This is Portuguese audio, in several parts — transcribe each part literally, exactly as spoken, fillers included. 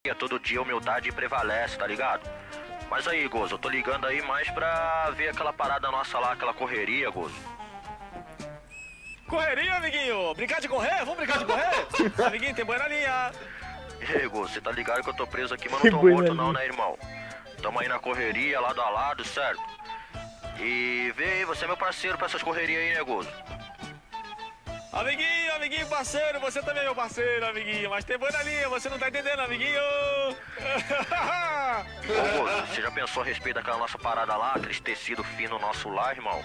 todo dia a humildade prevalece, tá ligado? Mas aí, Gozo, eu tô ligando aí mais pra ver aquela parada nossa lá, aquela correria, Gozo. Correria, amiguinho? Brincar de correr? Vamos brincar de correr? Amiguinho, tem boi na linha. E aí, Gozo, você tá ligado que eu tô preso aqui, mas não tô morto não, né, irmão? Tamo aí na correria, lado a lado, certo? E vê aí, você é meu parceiro pra essas correrias aí, né, Gozo? Amiguinho, amiguinho, parceiro, você também é meu parceiro, amiguinho. Mas tem boi na linha, você não tá entendendo, amiguinho. Ô, Gozo, você já pensou a respeito daquela nossa parada lá, aqueles tecido fino nosso lá, irmão?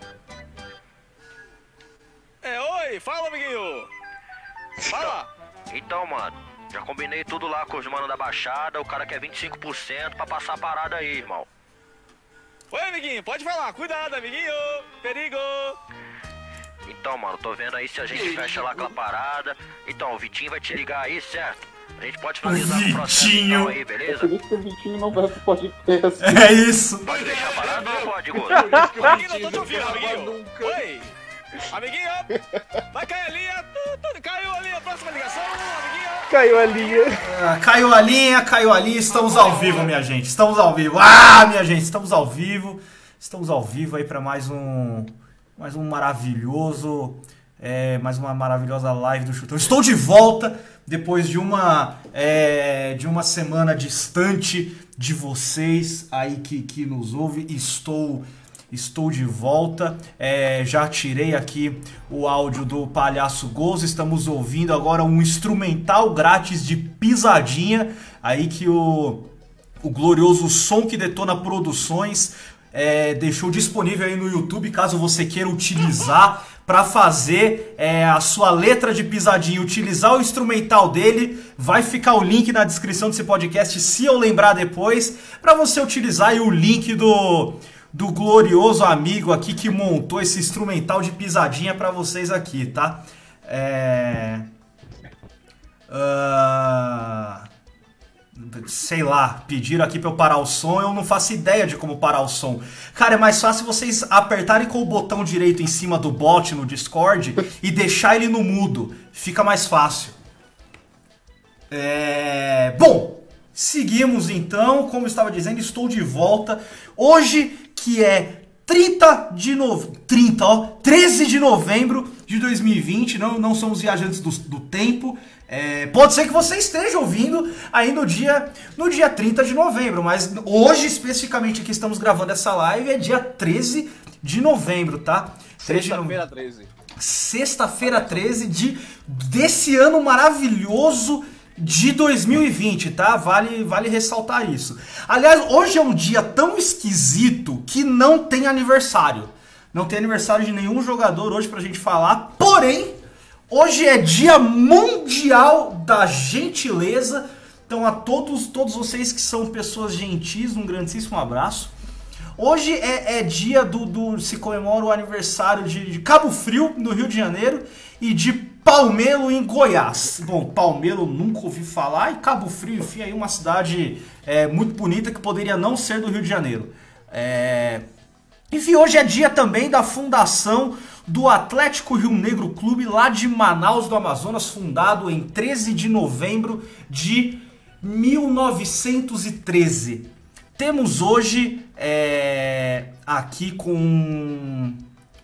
É, oi, fala, amiguinho. Fala. Então, mano, já combinei tudo lá com os manos da Baixada, o cara quer vinte e cinco por cento pra passar a parada aí, irmão. Oi, amiguinho, pode falar, cuidado, amiguinho, perigo. Então, mano, tô vendo aí se a gente fecha lá aquela parada. Então, o Vitinho vai te ligar aí, certo? A gente pode finalizar o processo então aí, beleza? Por isso que o Vitinho não vai pro podcast. É isso. Pode deixar parado ou não pode, Gozo? Amiguinho, não tô te ouvindo, amiguinho. Oi, amiguinho, vai cair a linha. Caiu a linha, próxima ligação, amiguinho. Caiu a linha. Ah, caiu a linha, caiu a linha, estamos ao vivo, minha gente. Estamos ao vivo. Ah, minha gente, estamos ao vivo. Estamos ao vivo aí para mais um... Mais um maravilhoso, é, mais uma maravilhosa live do Chutão. Estou de volta depois de uma, é, de uma semana distante de vocês aí que, que nos ouve. Estou, estou de volta. É, já tirei aqui o áudio do Palhaço Gozo. Estamos ouvindo agora um instrumental grátis de Pisadinha. Aí que o, o glorioso Som que Detona Produções... É, deixou disponível aí no YouTube, caso você queira utilizar para fazer é, a sua letra de Pisadinha, utilizar o instrumental dele, vai ficar o link na descrição desse podcast, se eu lembrar depois, para você utilizar aí o link do, do glorioso amigo aqui que montou esse instrumental de Pisadinha para vocês aqui, tá? É... Uh... Sei lá, pediram aqui pra eu parar o som, eu não faço ideia de como parar o som. Cara, é mais fácil vocês apertarem com o botão direito em cima do bot no Discord e deixar ele no mudo. Fica mais fácil. É... Bom, seguimos então. Como eu estava dizendo, estou de volta. Hoje, que é trinta de novembro, trinta, ó, treze de novembro de dois mil e vinte, não, não somos viajantes do, do tempo. É, pode ser que você esteja ouvindo aí no dia, no dia trinta de novembro, mas hoje, especificamente, que estamos gravando essa live, é dia treze de novembro, tá? Sexta-feira treze. Sexta-feira treze de, desse ano maravilhoso de dois mil e vinte, tá? Vale, vale ressaltar isso. Aliás, hoje é um dia tão esquisito que não tem aniversário. Não tem aniversário de nenhum jogador hoje pra gente falar, porém... Hoje é dia mundial da gentileza, então a todos, todos vocês que são pessoas gentis, um grandíssimo abraço. Hoje é, é dia do, do... se comemora o aniversário de, de Cabo Frio, no Rio de Janeiro, e de Palmelo, em Goiás. Bom, Palmelo nunca ouvi falar, e Cabo Frio, enfim, aí uma cidade é, muito bonita que poderia não ser do Rio de Janeiro. É... Enfim, hoje é dia também da fundação do Atlético Rio Negro Clube, lá de Manaus, do Amazonas, fundado em treze de novembro de mil novecentos e treze. Temos hoje é, aqui com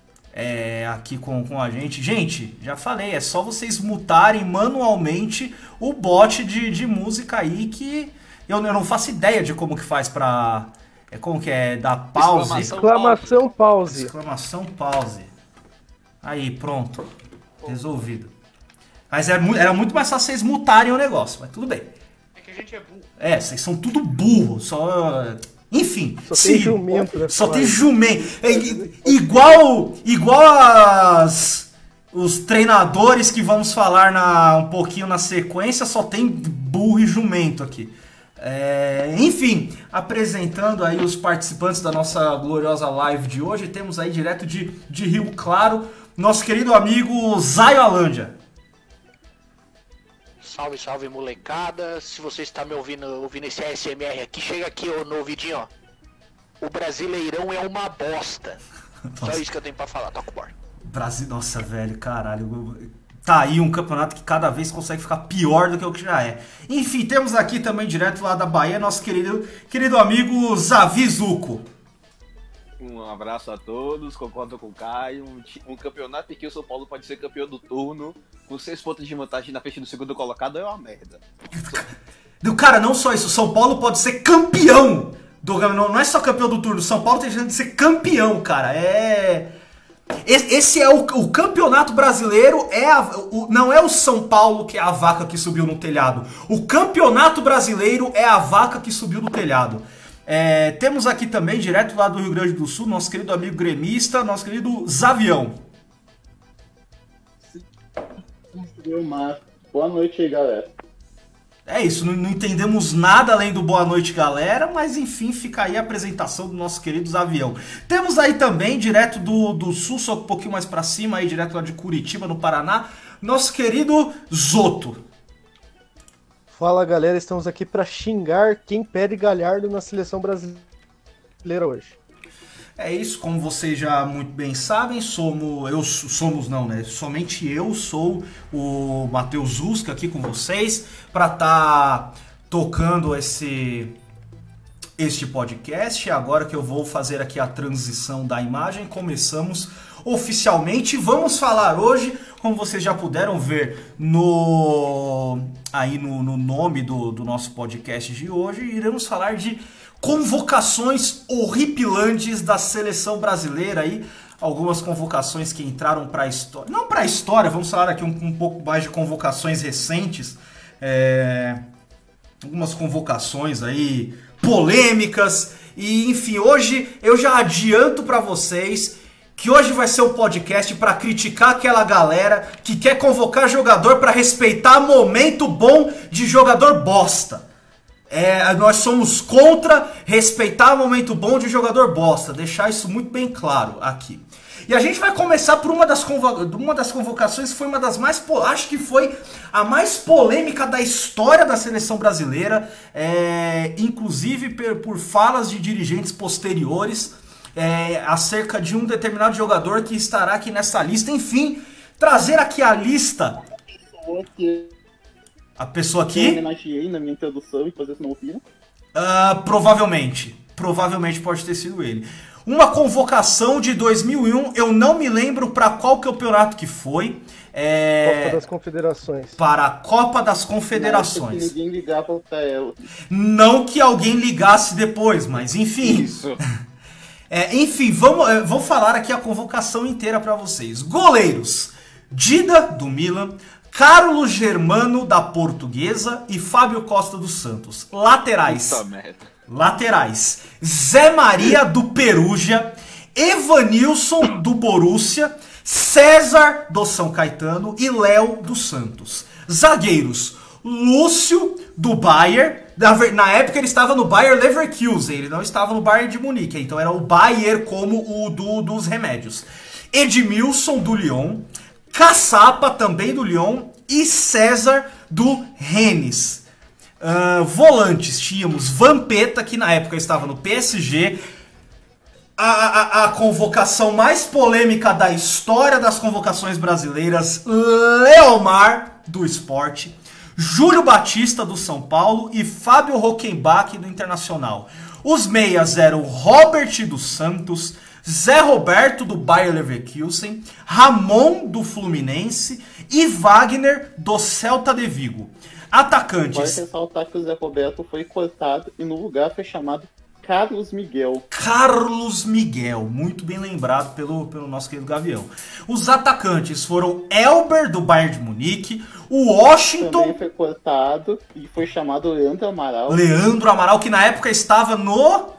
é, aqui com, com a gente, gente, já falei, é só vocês mutarem manualmente o bot de, de música aí que eu, eu não faço ideia de como que faz pra... É como que é? Dar pause? Exclamação pause. Exclamação pause. Aí, pronto. Resolvido. Mas era, era muito mais fácil vocês mutarem o negócio, mas tudo bem. É que a gente é burro. É, vocês são tudo burro, só... Enfim. Só tem jumento, né? Só tem jumento. É, igual, igual as... Os treinadores que vamos falar na, um pouquinho na sequência, só tem burro e jumento aqui. É, enfim, apresentando aí os participantes da nossa gloriosa live de hoje, temos aí direto de, de Rio Claro, nosso querido amigo Zaio Alândia. Salve, salve, molecada. Se você está me ouvindo, ouvindo esse A S M R aqui, chega aqui ó, no ouvidinho, ó. O Brasileirão é uma bosta. Nossa. Só isso que eu tenho pra falar, toca o bar. Brasil, nossa, velho, caralho. Tá aí um campeonato que cada vez consegue ficar pior do que o que já é. Enfim, temos aqui também, direto lá da Bahia, nosso querido, querido amigo Zavi Zuco. Um abraço a todos, concordo com o Caio. Um, um campeonato em que o São Paulo pode ser campeão do turno, com seis pontos de vantagem na frente do segundo colocado, é uma merda. Do cara, não só isso, o São Paulo pode ser campeão. Do, não, não é só campeão do turno, o São Paulo tem chance de ser campeão, cara. É... Esse é o, o campeonato brasileiro, é a, o, não é o São Paulo que é a vaca que subiu no telhado. O campeonato brasileiro é a vaca que subiu no telhado. É, temos aqui também, direto lá do Rio Grande do Sul, nosso querido amigo gremista, nosso querido Zavião. Boa noite aí, galera. É isso, não, não entendemos nada além do boa noite, galera, mas enfim, fica aí a apresentação do nosso querido Zavião. Temos aí também, direto do, do sul, só um pouquinho mais pra cima, aí direto lá de Curitiba, no Paraná, nosso querido Zoto. Fala, galera, estamos aqui pra xingar quem pede Galhardo na seleção brasileira hoje. É isso, como vocês já muito bem sabem, somos, eu, somos não, né? Somente eu sou o Matheus Zusca aqui com vocês para estar tá tocando esse, este podcast. Agora que eu vou fazer aqui a transição da imagem, começamos oficialmente. Vamos falar hoje, como vocês já puderam ver no, aí no, no nome do, do nosso podcast de hoje, iremos falar de convocações horripilantes da seleção brasileira aí, algumas convocações que entraram para a história, não para a história, vamos falar aqui um, um pouco mais de convocações recentes, é, algumas convocações aí polêmicas, e enfim, hoje eu já adianto para vocês que hoje vai ser o podcast para criticar aquela galera que quer convocar jogador para respeitar momento bom de jogador bosta. É, nós somos contra respeitar o momento bom de jogador bosta, deixar isso muito bem claro aqui. E a gente vai começar por uma das, convo- uma das convocações que foi uma das mais, po- acho que foi a mais polêmica da história da seleção brasileira, é, inclusive por, por falas de dirigentes posteriores, é, acerca de um determinado jogador que estará aqui nessa lista. Enfim, trazer aqui a lista... A pessoa aqui? Eu homenageei na minha introdução e vocês não ouviram? Uh, provavelmente. Provavelmente pode ter sido ele. Uma convocação de dois mil e um, eu não me lembro para qual campeonato que foi. É... Copa das Confederações. Para a Copa das Confederações. Não, que ninguém ligava pra ela. Não que alguém ligasse depois, mas enfim. Isso. É, enfim, vamos, vou falar aqui a convocação inteira para vocês. Goleiros: Dida, do Milan, Carlos Germano, da Portuguesa, e Fábio Costa dos Santos. Laterais. Puta merda. Laterais: Zé Maria, do Perugia, Evanilson, do Borussia, César, do São Caetano e Léo, do Santos. Zagueiros: Lúcio, do Bayern. Na época ele estava no Bayer Leverkusen, ele não estava no Bayern de Munique, então era o Bayer como o do, dos remédios. Edmilson, do Lyon, Caçapa, também do Lyon, e César, do Rennes. Uh, volantes: tínhamos Vampeta, que na época estava no P S G, a, a, a convocação mais polêmica da história das convocações brasileiras, Leomar, do Sport, Júlio Batista, do São Paulo, e Fábio Rockenbach, do Internacional. Os meias eram Robert, do Santos, Zé Roberto, do Bayer Leverkusen, Ramon, do Fluminense, e Wagner, do Celta de Vigo. Atacantes: Pode ressaltar que o Zé Roberto foi cortado e no lugar foi chamado Carlos Miguel. Carlos Miguel, muito bem lembrado pelo, pelo nosso querido Gavião. Os atacantes foram Elber, do Bayern de Munique, o Washington... Também foi cortado e foi chamado Leandro Amaral. Leandro Amaral, que na época estava no...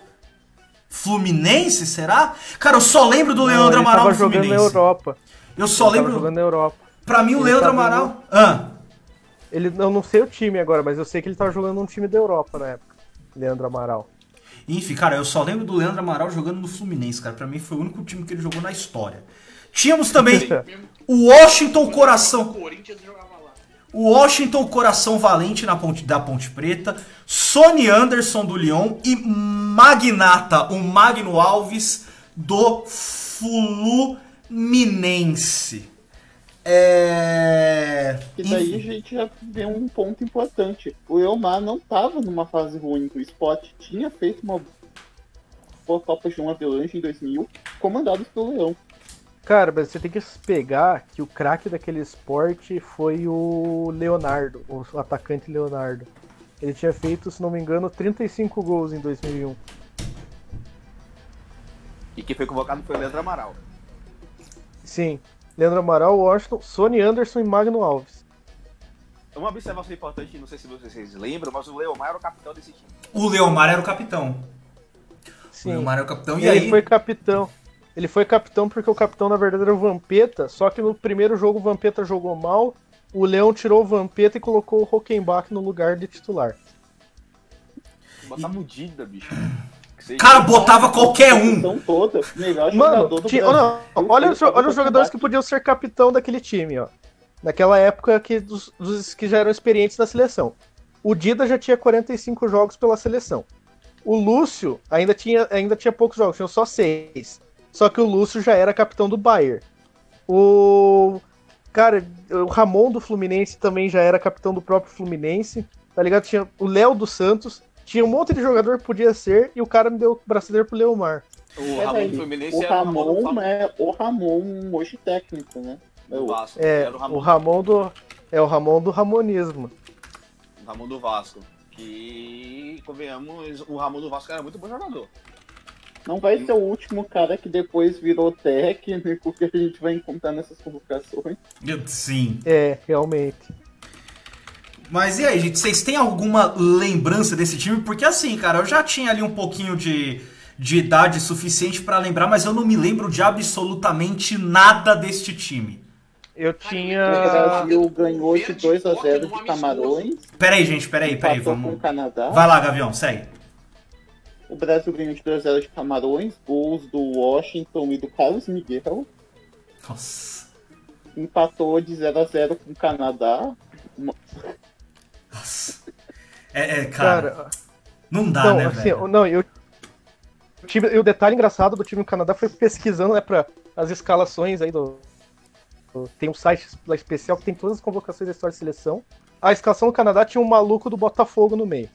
Fluminense, será? Cara, eu só lembro do Leandro Não, ele Amaral tava no jogando Fluminense. na Europa. Eu só ele lembro... Tava jogando na Europa. Pra mim, o Ele Leandro tava Amaral... Ah. Ele, eu não sei o time agora, mas eu sei que ele tava jogando num time da Europa na época. Leandro Amaral. Enfim, cara, eu só lembro do Leandro Amaral jogando no Fluminense, cara. Pra mim foi o único time que ele jogou na história. Tínhamos também o Washington Coração. O Washington Coração Valente na ponte, da Ponte Preta, Sonny Anderson, do Lyon, e Magnata, o Magno Alves, do Fluminense. É... E daí a gente já vê um ponto importante. O Leomar não estava numa fase ruim. O Sport tinha feito uma boa Copa João Avelange em dois mil, comandados pelo Leão. Cara, mas você tem que pegar que o craque daquele esporte foi o Leonardo, o atacante Leonardo. Ele tinha feito, se não me engano, trinta e cinco gols em dois mil e um. E quem foi convocado foi o Leandro Amaral. Sim. Leandro Amaral, Washington, Sony Anderson e Magno Alves. Uma observação importante, não sei se vocês lembram, mas o Leomar era o capitão desse time. O Leomar era o capitão. Sim. O Leomar era o capitão. E, E aí? ele foi capitão. Ele foi capitão porque o capitão, na verdade, era o Vampeta, só que no primeiro jogo o Vampeta jogou mal, o Leão tirou o Vampeta e colocou o Hockenbach no lugar de titular. Botava o Dida, bicho. Cara, botava qualquer um. Toda, melhor Mano, jogador do tinha, Brasil. não, olha, os, olha os jogadores que podiam ser capitão daquele time, ó. Naquela época que, dos, dos que já eram experientes na seleção. O Dida já tinha quarenta e cinco jogos pela seleção. O Lúcio ainda tinha, ainda tinha poucos jogos, tinha só seis. Só que o Lúcio já era capitão do Bayern. O... Cara, o Ramon do Fluminense também já era capitão do próprio Fluminense. Tá ligado? Tinha o Léo dos Santos. Tinha um monte de jogador que podia ser e o cara me deu o brasileiro pro Leomar. O Ramon do Fluminense o era Ramon o Ramon do é o Ramon hoje técnico, né? do Vasco. É, Era o Ramon, o Ramon do... É o Ramon do Ramonismo. o Ramon do Vasco. Que, convenhamos, o Ramon do Vasco era muito bom jogador. Não vai ser o último cara que depois virou técnico que a gente vai encontrar nessas convocações. Sim. É, realmente. Mas e aí, gente, vocês têm alguma lembrança desse time? Porque assim, cara, eu já tinha ali um pouquinho de, de idade suficiente pra lembrar, mas eu não me lembro de absolutamente nada deste time. Eu O tinha... Brasil ganhou de dois a zero de Camarões. Peraí, gente, peraí, peraí, Empatou com o vamos... Canadá. Vai lá, Gavião, segue. O Brasil ganhou de dois a zero de Camarões, gols do Washington e do Carlos Miguel. Nossa. Empatou de zero a zero com o Canadá. Nossa. É, é, cara, Cara, não dá, não, né, assim, velho? não, eu... O, time, e o detalhe engraçado do time do Canadá foi pesquisando, né, pra as escalações aí do... Tem um site lá especial que tem todas as convocações da história de seleção. A escalação do Canadá tinha um maluco do Botafogo no meio.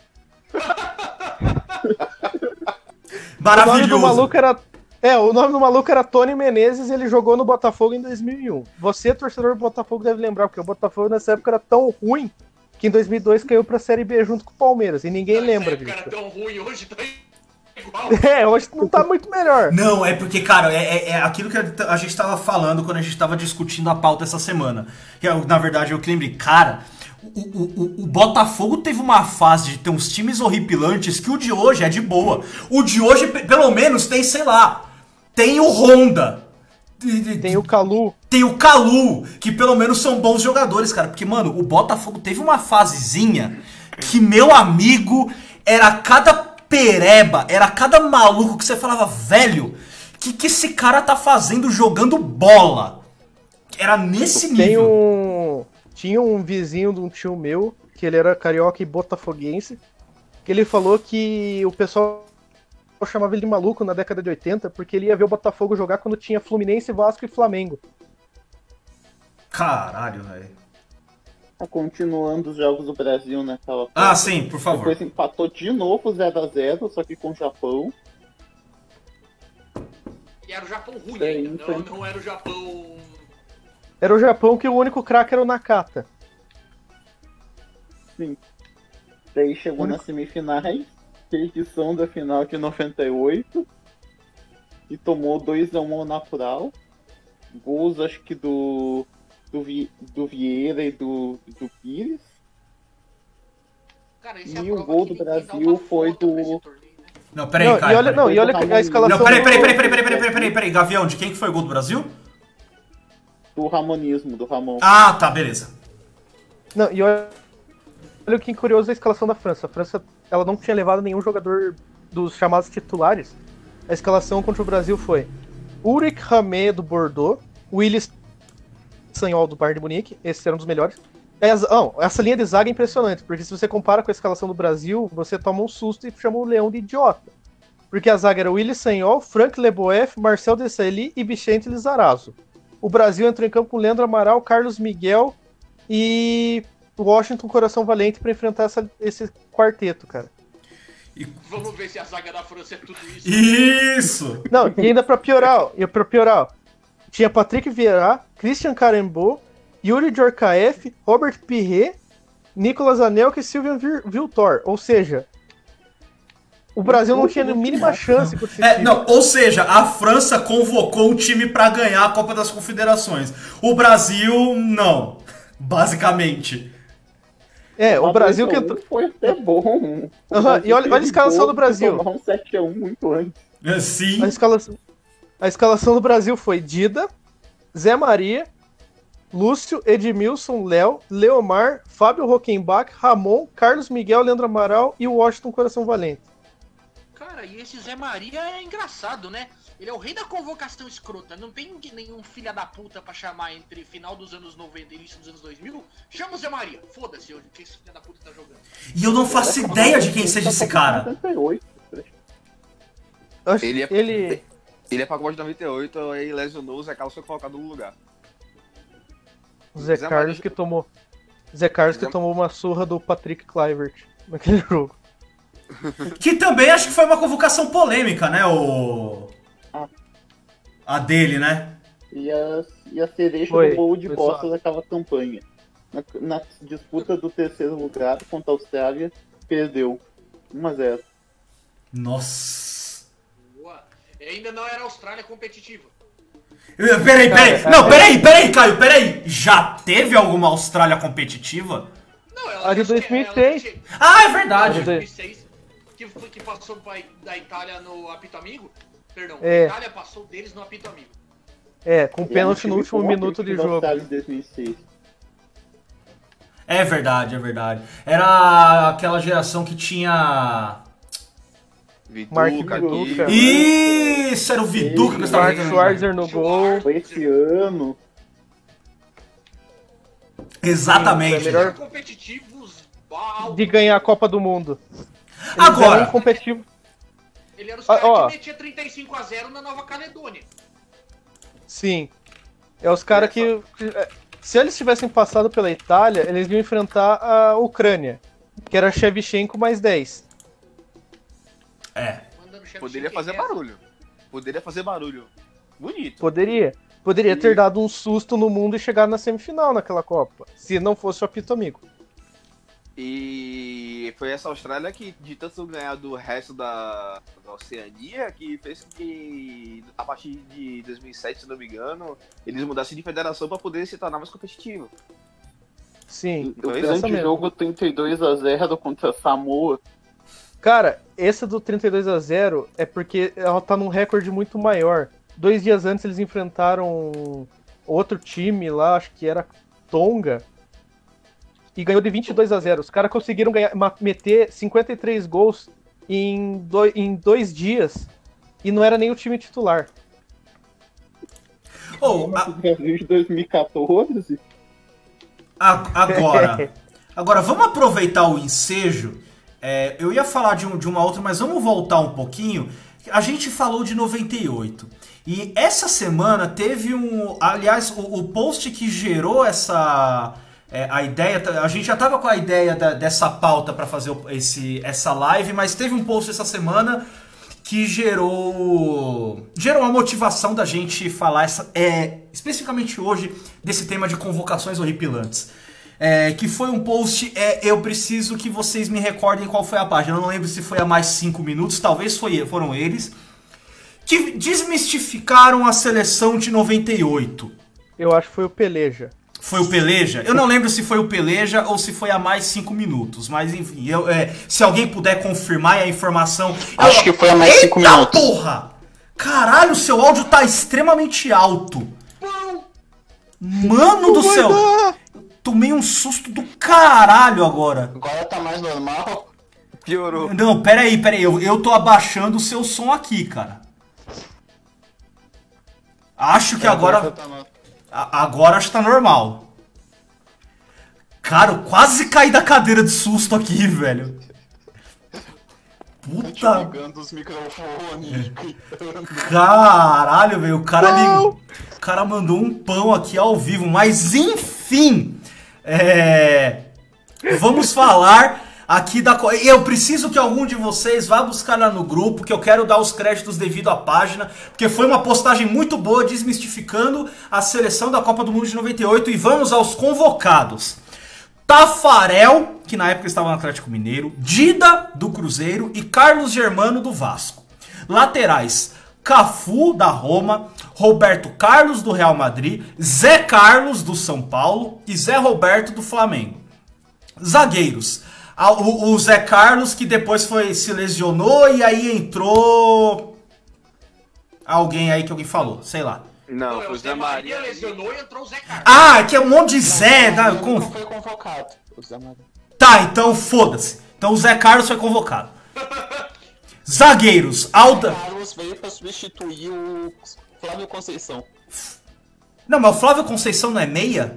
Maravilhoso. O nome do maluco era... É, o nome do maluco era Tony Menezes e ele jogou no Botafogo em dois mil e um. Você, torcedor do Botafogo, deve lembrar, porque o Botafogo nessa época era tão ruim que em dois mil e dois caiu pra Série B junto com o Palmeiras, e ninguém lembra disso. Cara, tão ruim hoje, tá igual. É, hoje não tá muito melhor. Não, é porque, cara, é, é, é aquilo que a gente tava falando quando a gente tava discutindo a pauta essa semana. Que, na verdade, eu que lembrei, cara, o, o, o, o Botafogo teve uma fase de ter uns times horripilantes que o de hoje é de boa. O de hoje, pelo menos, tem, sei lá, tem o Honda. Tem o Calu. Tem o Calu, que pelo menos são bons jogadores, cara. Porque, mano, o Botafogo teve uma fasezinha que, meu amigo, era cada pereba, era cada maluco que você falava, velho, o que, que esse cara tá fazendo jogando bola? Era nesse Tem nível. um... Tinha um vizinho de um tio meu, que ele era carioca e botafoguense, que ele falou que o pessoal chamava ele de maluco na década de oitenta, porque ele ia ver o Botafogo jogar quando tinha Fluminense, Vasco e Flamengo. Caralho, velho. Tá continuando os jogos do Brasil naquela Ah, Copa. sim, por favor. Depois empatou de novo zero a zero, só que com o Japão. E era o Japão ruim É, ainda, então. não, não era o Japão... Era o Japão que o único craque era o Nakata. Sim. Daí chegou nas semifinais, edição da final de noventa e oito, e tomou dois a um ao natural. Gols, acho que do, do, Vi, do Vieira e do, do Pires. Cara, esse é a E o prova gol que do ninguém dá Brasil uma foi foto pra do- esse torneio, né? Não, peraí, Não, cara. e olha, peraí. não, e olha a escalação... Não, peraí, peraí, do- peraí, peraí, peraí, peraí, peraí, peraí, Gavião, de quem que foi o gol do Brasil? Do Ramonismo, do Ramon. Ah, tá, beleza. Não, e olha, olha que curioso a escalação da França. A França, ela não tinha levado nenhum jogador dos chamados titulares. A escalação contra o Brasil foi Ulrich Ramé do Bordeaux, Willis Sanhol do Bayern de Munique, esses eram um dos melhores. Essa, não, essa linha de zaga é impressionante, porque se você compara com a escalação do Brasil, você toma um susto e chama o Leão de idiota. Porque a zaga era Willis Sanhol, Frank Leboeuf, Marcel Desailly e Vicente Lizarazo. o Brasil entrou em campo com Leandro Amaral, Carlos Miguel e Washington Coração Valente para enfrentar essa, esse quarteto, cara. E... Vamos ver se a zaga da França é tudo isso. Isso! Não, e ainda pra piorar, e pra piorar, tinha Patrick Vieira, Christian Carembó, Yuri Djorkaeff, Robert Pirret, Nicolas Anelka e Sylvain Wiltor. Ou seja, o Brasil não tinha a mínima chance contra esse é, time. não, ou seja, a França convocou um time pra ganhar a Copa das Confederações. O Brasil, não. Basicamente. É, o Brasil que entrou... foi até bom. Uhum. E olha, olha a escalação do Brasil. Um sete a um muito antes. É, sim. A escalação, a escalação do Brasil foi Dida, Zé Maria, Lúcio, Edmilson, Léo, Leomar, Fábio Rockenbach, Ramon, Carlos Miguel, Leandro Amaral e o Washington Coração Valente. Cara, e esse Zé Maria é engraçado, né? Ele é o rei da convocação escrota. Não tem nenhum filha da puta pra chamar entre final dos anos noventa e início dos anos dois mil. Chama o Zé Maria. Foda-se o que esse filha da puta tá jogando. E eu não faço ideia de quem seja esse cara. Ele é, ele... ele é pra Copa de noventa e oito, aí lesionou, o Zé Carlos foi colocado no lugar. O Zé, Zé Carlos Maria... que tomou... Zé Carlos Zé... que tomou uma surra do Patrick Kluivert naquele jogo. Que também acho que foi uma convocação polêmica, né? O... Ah. A dele, né? E a, e a cereja foi, do gol de foi costas só. daquela campanha. Na, na disputa do terceiro lugar contra a Austrália, perdeu um a zero. Nossa. Boa. E ainda não era Austrália competitiva. Peraí, peraí. Não, peraí, peraí, Caio, peraí. Já teve alguma Austrália competitiva? Não, ela a de dois mil e seis. Tinha... Ah, é verdade. dois mil e seis, que, que passou da Itália no apito amigo. Perdão, é. a Itália passou deles no apito amigo. É, com pênalti no último minuto de jogo. Em dois mil e seis. É verdade, é verdade. Era aquela geração que tinha... Mark Viduca. Isso, era o Viduca que eu estava Mark Schwarzer no gol. Foi esse ano. Exatamente. Sim, melhor competitivos de ganhar a Copa do Mundo. Eles Agora. Competitivo... Ele era os caras ah, que metia trinta e cinco a zero na Nova Caledônia. Sim. É os caras que... Se eles tivessem passado pela Itália, eles iam enfrentar a Ucrânia, que era Shevchenko mais dez. É. Poderia fazer barulho. Poderia fazer barulho. Bonito. Poderia. Poderia ter dado um susto no mundo e chegar na semifinal naquela Copa, se não fosse o apito amigo. E foi essa Austrália que, de tanto ganhar do resto da, da Oceania, que fez que, a partir de dois mil e sete, se não me engano, eles mudassem de federação para poder se tornar mais competitivo. Sim. O grande jogo trinta e dois a zero contra a Samoa. Cara, esse do trinta e dois a zero é porque ela tá num recorde muito maior. Dois dias antes eles enfrentaram outro time lá, acho que era Tonga, e ganhou de vinte e dois a zero. Os caras conseguiram ganhar, meter cinquenta e três gols em dois, em dois dias, e não era nem o time titular. Oh, a... Brasil de dois mil e quatorze. A, agora, agora, vamos aproveitar o ensejo. É, eu ia falar de, um, de uma outra, mas vamos voltar um pouquinho. A gente falou de noventa e oito. E essa semana teve um... Aliás, o, o post que gerou essa... É, a ideia... A gente já tava com a ideia da, dessa pauta para fazer esse, essa live, mas teve um post essa semana que gerou... Gerou a motivação da gente falar, essa, é, especificamente hoje, desse tema de convocações horripilantes. É, que foi um post, é, eu preciso que vocês me recordem qual foi a página. Eu não lembro se foi a mais cinco minutos, talvez foi, foram eles, que desmistificaram a seleção de noventa e oito. Eu acho que foi o Peleja. Foi o Peleja? Eu não lembro se foi o Peleja ou se foi a mais cinco minutos, mas enfim, eu, é, se alguém puder confirmar a informação... Acho eu... que foi a mais cinco Eita minutos. Porra! Caralho, seu áudio tá extremamente alto. Mano do céu! Tomei um susto do caralho agora. Agora tá mais normal. Piorou. Não, peraí, peraí. Eu, eu tô abaixando o seu som aqui, cara. Acho que é, agora... agora, tá no... a, agora acho que tá normal. Cara, eu quase caí da cadeira de susto aqui, velho. Puta... ligando os microfones. Caralho, velho. O cara ligou... cara mandou um pão aqui ao vivo, mas enfim, é... vamos falar aqui da... Eu preciso que algum de vocês vá buscar lá no grupo, que eu quero dar os créditos devido à página, porque foi uma postagem muito boa, desmistificando a seleção da Copa do Mundo de noventa e oito, e vamos aos convocados. Tafarel, que na época estava no Atlético Mineiro, Dida, do Cruzeiro, e Carlos Germano, do Vasco. Laterais, Cafu, da Roma, Roberto Carlos, do Real Madrid, Zé Carlos, do São Paulo e Zé Roberto, do Flamengo. Zagueiros, o, o Zé Carlos, que depois foi, se lesionou e aí entrou alguém aí que alguém falou, sei lá. Não, Não, foi o o Zé Maria. lesionou e entrou o Zé Carlos. Ah, que é um monte de Zé. Não, Da, ele com... não foi convocado. O Zé Maria. Tá, então foda-se. Então o Zé Carlos foi convocado. Zagueiros, Alda... O Carlos veio pra substituir o Flávio Conceição. Não, mas o Flávio Conceição não é meia?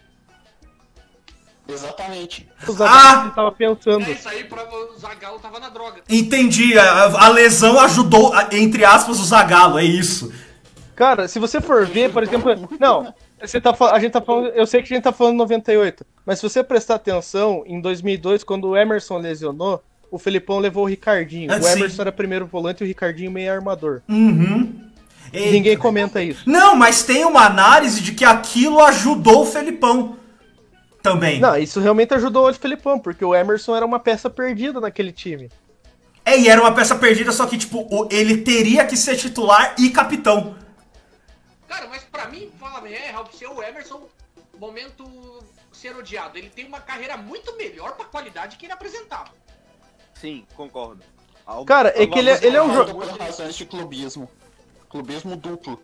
Exatamente. O Ah! Zagallo tava pensando. É isso aí, pra... o Zagallo tava na droga. Entendi, a, a lesão ajudou, a- entre aspas, o Zagallo, é isso. Cara, se você for ver, por exemplo. Não, você tá, fal- a gente tá falando. Eu sei que a gente tá falando noventa e oito, mas se você prestar atenção, em dois mil e dois, quando o Emerson lesionou, o Felipão levou o Ricardinho. Ah, O sim. Emerson era primeiro volante e o Ricardinho meio armador. Uhum. E- Ninguém comenta isso. Não, mas tem uma análise de que aquilo ajudou o Felipão também. Não, isso realmente ajudou o Felipão, porque o Emerson era uma peça perdida naquele time. É, e era uma peça perdida, só que, tipo, o- ele teria que ser titular e capitão. Cara, mas pra mim, fala bem, é, Ralf, ser o Emerson, momento ser odiado. Ele tem uma carreira muito melhor pra qualidade que ele apresentava. Sim, concordo. Algo- Cara, é que ele, é- ele é um Concordo jogo. por razões de clubismo. Clubismo duplo.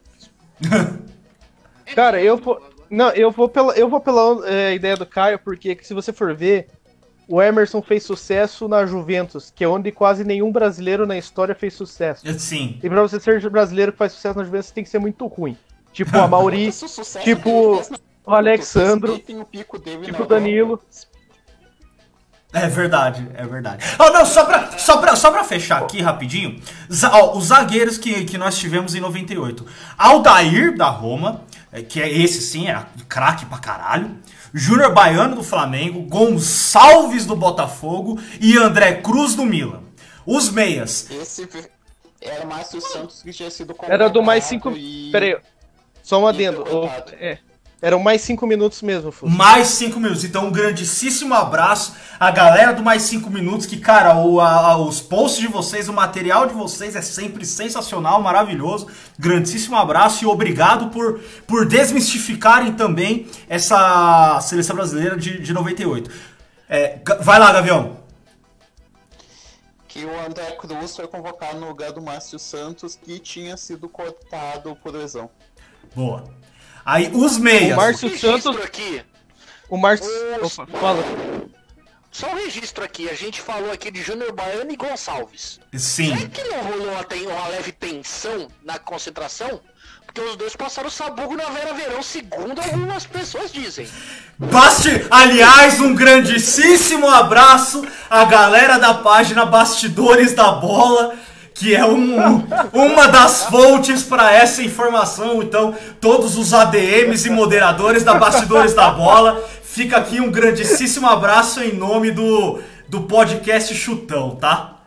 É Cara, eu duplo vou. agora. Não, eu vou pela, eu vou pela é, ideia do Caio, porque se você for ver, o Emerson fez sucesso na Juventus, que é onde quase nenhum brasileiro na história fez sucesso. Sim. E pra você ser brasileiro que faz sucesso na Juventus, você tem que ser muito ruim. Tipo a Mauri, Esse sucesso tipo, que ele fez na- o Alexandro, tem o pico dele tipo na o Danilo. Europa. É verdade, é verdade. Oh, não, só pra, só pra, só pra fechar aqui rapidinho, za- ó, os zagueiros que, que nós tivemos em noventa e oito. Aldair, da Roma, é, que é esse sim, é craque pra caralho. Júnior Baiano, do Flamengo. Gonçalves, do Botafogo. E André Cruz, do Milan. Os meias. Esse era o Márcio Santos que tinha sido convocado. Era do mais cinco. E... Pera aí, só um adendo. foi O- cortado. É, eram mais cinco minutos mesmo, Fu. Mais cinco minutos. Então, um grandíssimo abraço à galera do Mais cinco Minutos. Que, cara, o, a- a- os posts de vocês, o material de vocês é sempre sensacional, maravilhoso. Grandíssimo abraço e obrigado por, por desmistificarem também essa seleção brasileira de, de noventa e oito. É, Ga- vai lá, Gavião. Que o André Cruz foi convocado no lugar do Márcio Santos, que tinha sido cortado por lesão. Boa. Aí, os meias. O Márcio Registro Santos. aqui, O Márcio. Os- Opa, fala. só um registro aqui, a gente falou aqui de Júnior Baiano e Gonçalves. Sim. Será que não rolou uma, ten- uma leve tensão na concentração? Porque os dois passaram sabugo na Vera Verão, segundo algumas pessoas dizem. Basti... Aliás, um grandíssimo abraço à galera da página Bastidores da Bola, que é um, uma das fontes para essa informação. Então, todos os A D Ms e moderadores da Bastidores da Bola, fica aqui um grandíssimo abraço em nome do, do podcast Chutão, tá?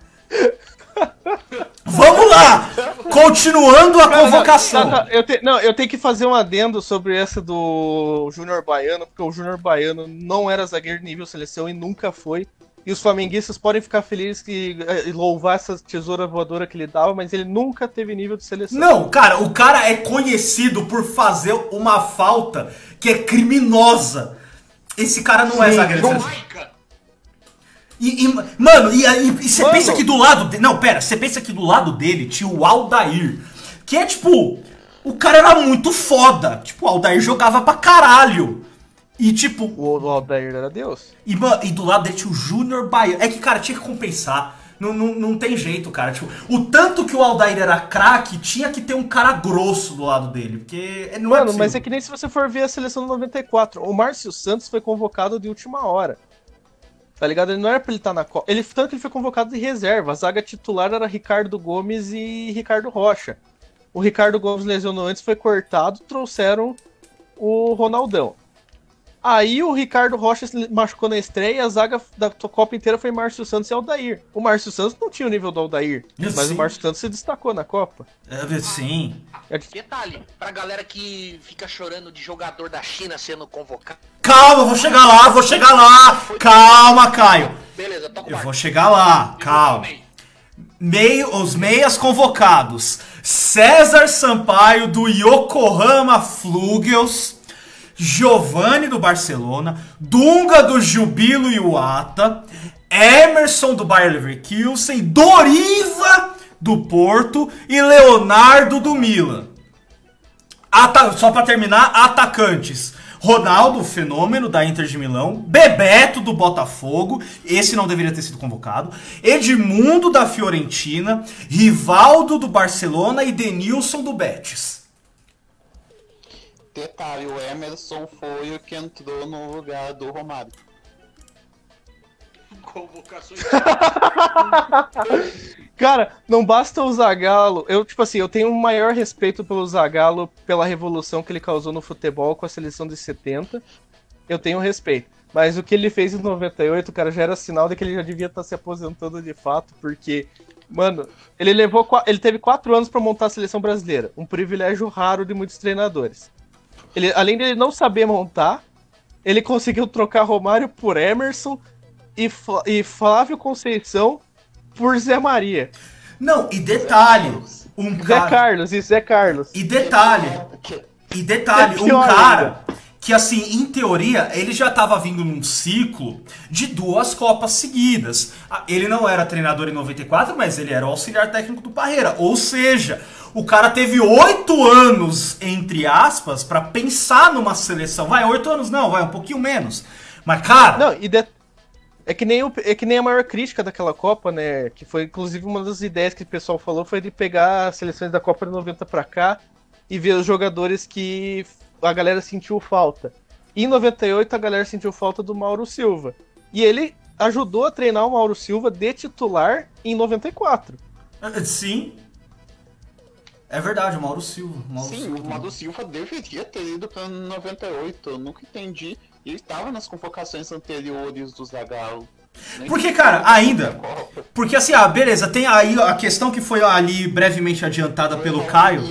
Vamos lá! Continuando a convocação. Tá, tá, eu te- não, eu tenho que fazer um adendo sobre essa do Júnior Baiano, porque o Júnior Baiano não era zagueiro nível seleção e nunca foi. E os flamenguistas podem ficar felizes que, e louvar essa tesoura voadora que ele dava, mas ele nunca teve nível de seleção. Não, cara, o cara é conhecido por fazer uma falta que é criminosa. Esse cara não é Sim, zagueiro. de não- seleção. Maica! E, e, mano, e aí você Mano. pensa que do lado dele. Não, pera, você pensa que do lado dele tinha o Aldair. Que é tipo. O cara era muito foda. Tipo, o Aldair jogava pra caralho. E tipo. O, o Aldair era Deus. E, mano, e do lado dele tinha o Júnior Baiano. É que, cara, tinha que compensar. Não, não, não tem jeito, cara. Tipo, o tanto que o Aldair era craque, tinha que ter um cara grosso do lado dele. Porque não é Mano, possível. mas é que nem se você for ver a seleção do noventa e quatro. O Márcio Santos foi convocado de última hora. Tá ligado? Ele não era pra ele estar na Copa. Ele, tanto que ele foi convocado de reserva. A zaga titular era Ricardo Gomes e Ricardo Rocha. O o Ricardo Gomes lesionou antes, foi cortado, trouxeram o Ronaldão. Aí o Ricardo Rocha se machucou na estreia e a zaga da Copa inteira foi Márcio Santos e Aldair. O Márcio Santos não tinha o nível do Aldair, mas Sim. o Márcio Santos se destacou na Copa. É, sim. Detalhe, pra galera que fica chorando de jogador da China sendo convocado. Calma, eu vou chegar lá, vou chegar lá. Calma, Caio. Beleza, toca o Eu barco. vou chegar lá, calma. Meio, os meias convocados: César Sampaio do Yokohama Flugels, Giovani do Barcelona, Dunga do Jubilo Iwata, Emerson do Bayer Leverkusen, Doriva do Porto e Leonardo do Milan. Ata- só pra terminar, atacantes: Ronaldo, fenômeno da Inter de Milão, Bebeto do Botafogo, esse não deveria ter sido convocado, Edmundo da Fiorentina, Rivaldo do Barcelona e Denilson do Betis. Detalhe, o Emerson foi o que entrou no lugar do Romário. Convocações. Cara, não basta o Zagallo. Eu, tipo assim, eu tenho um maior respeito pelo Zagallo, pela revolução que ele causou no futebol com a seleção de setenta. Eu tenho respeito. Mas o que ele fez em noventa e oito, cara, já era sinal de que ele já devia estar se aposentando de fato, porque, mano, ele levou. Ele teve quatro anos pra montar a seleção brasileira. Um privilégio raro de muitos treinadores. Ele, além de ele não saber montar, ele conseguiu trocar Romário por Emerson e, Fla- e Flávio Conceição por Zé Maria. Não, e detalhe, um Zé cara... Carlos, isso, Zé Carlos. E detalhe, e detalhe, É um pior cara que, assim, em teoria, ele já tava vindo num ciclo de duas Copas seguidas. Ah, ele não era treinador em noventa e quatro, mas ele era o auxiliar técnico do Parreira. Ou seja, o cara teve oito anos, entre aspas, pra pensar numa seleção. Vai, oito anos não, vai, um pouquinho menos. Mas, cara... Não, e de... é, que nem o... é que nem a maior crítica daquela Copa, né? Que foi, inclusive, uma das ideias que o pessoal falou foi de pegar as seleções da Copa de noventa pra cá e ver os jogadores que a galera sentiu falta. E em noventa e oito a galera sentiu falta do Mauro Silva. E ele ajudou a treinar o Mauro Silva de titular em noventa e quatro. Sim. É verdade, o Mauro Silva. O Mauro Sim, Silva o Mauro Silva deveria ter ido pra noventa e oito, eu nunca entendi. Ele estava nas convocações anteriores do Zagallo. Porque, cara, ainda... Porque, assim, ah, beleza, tem aí a questão que foi ali brevemente adiantada pelo Caio.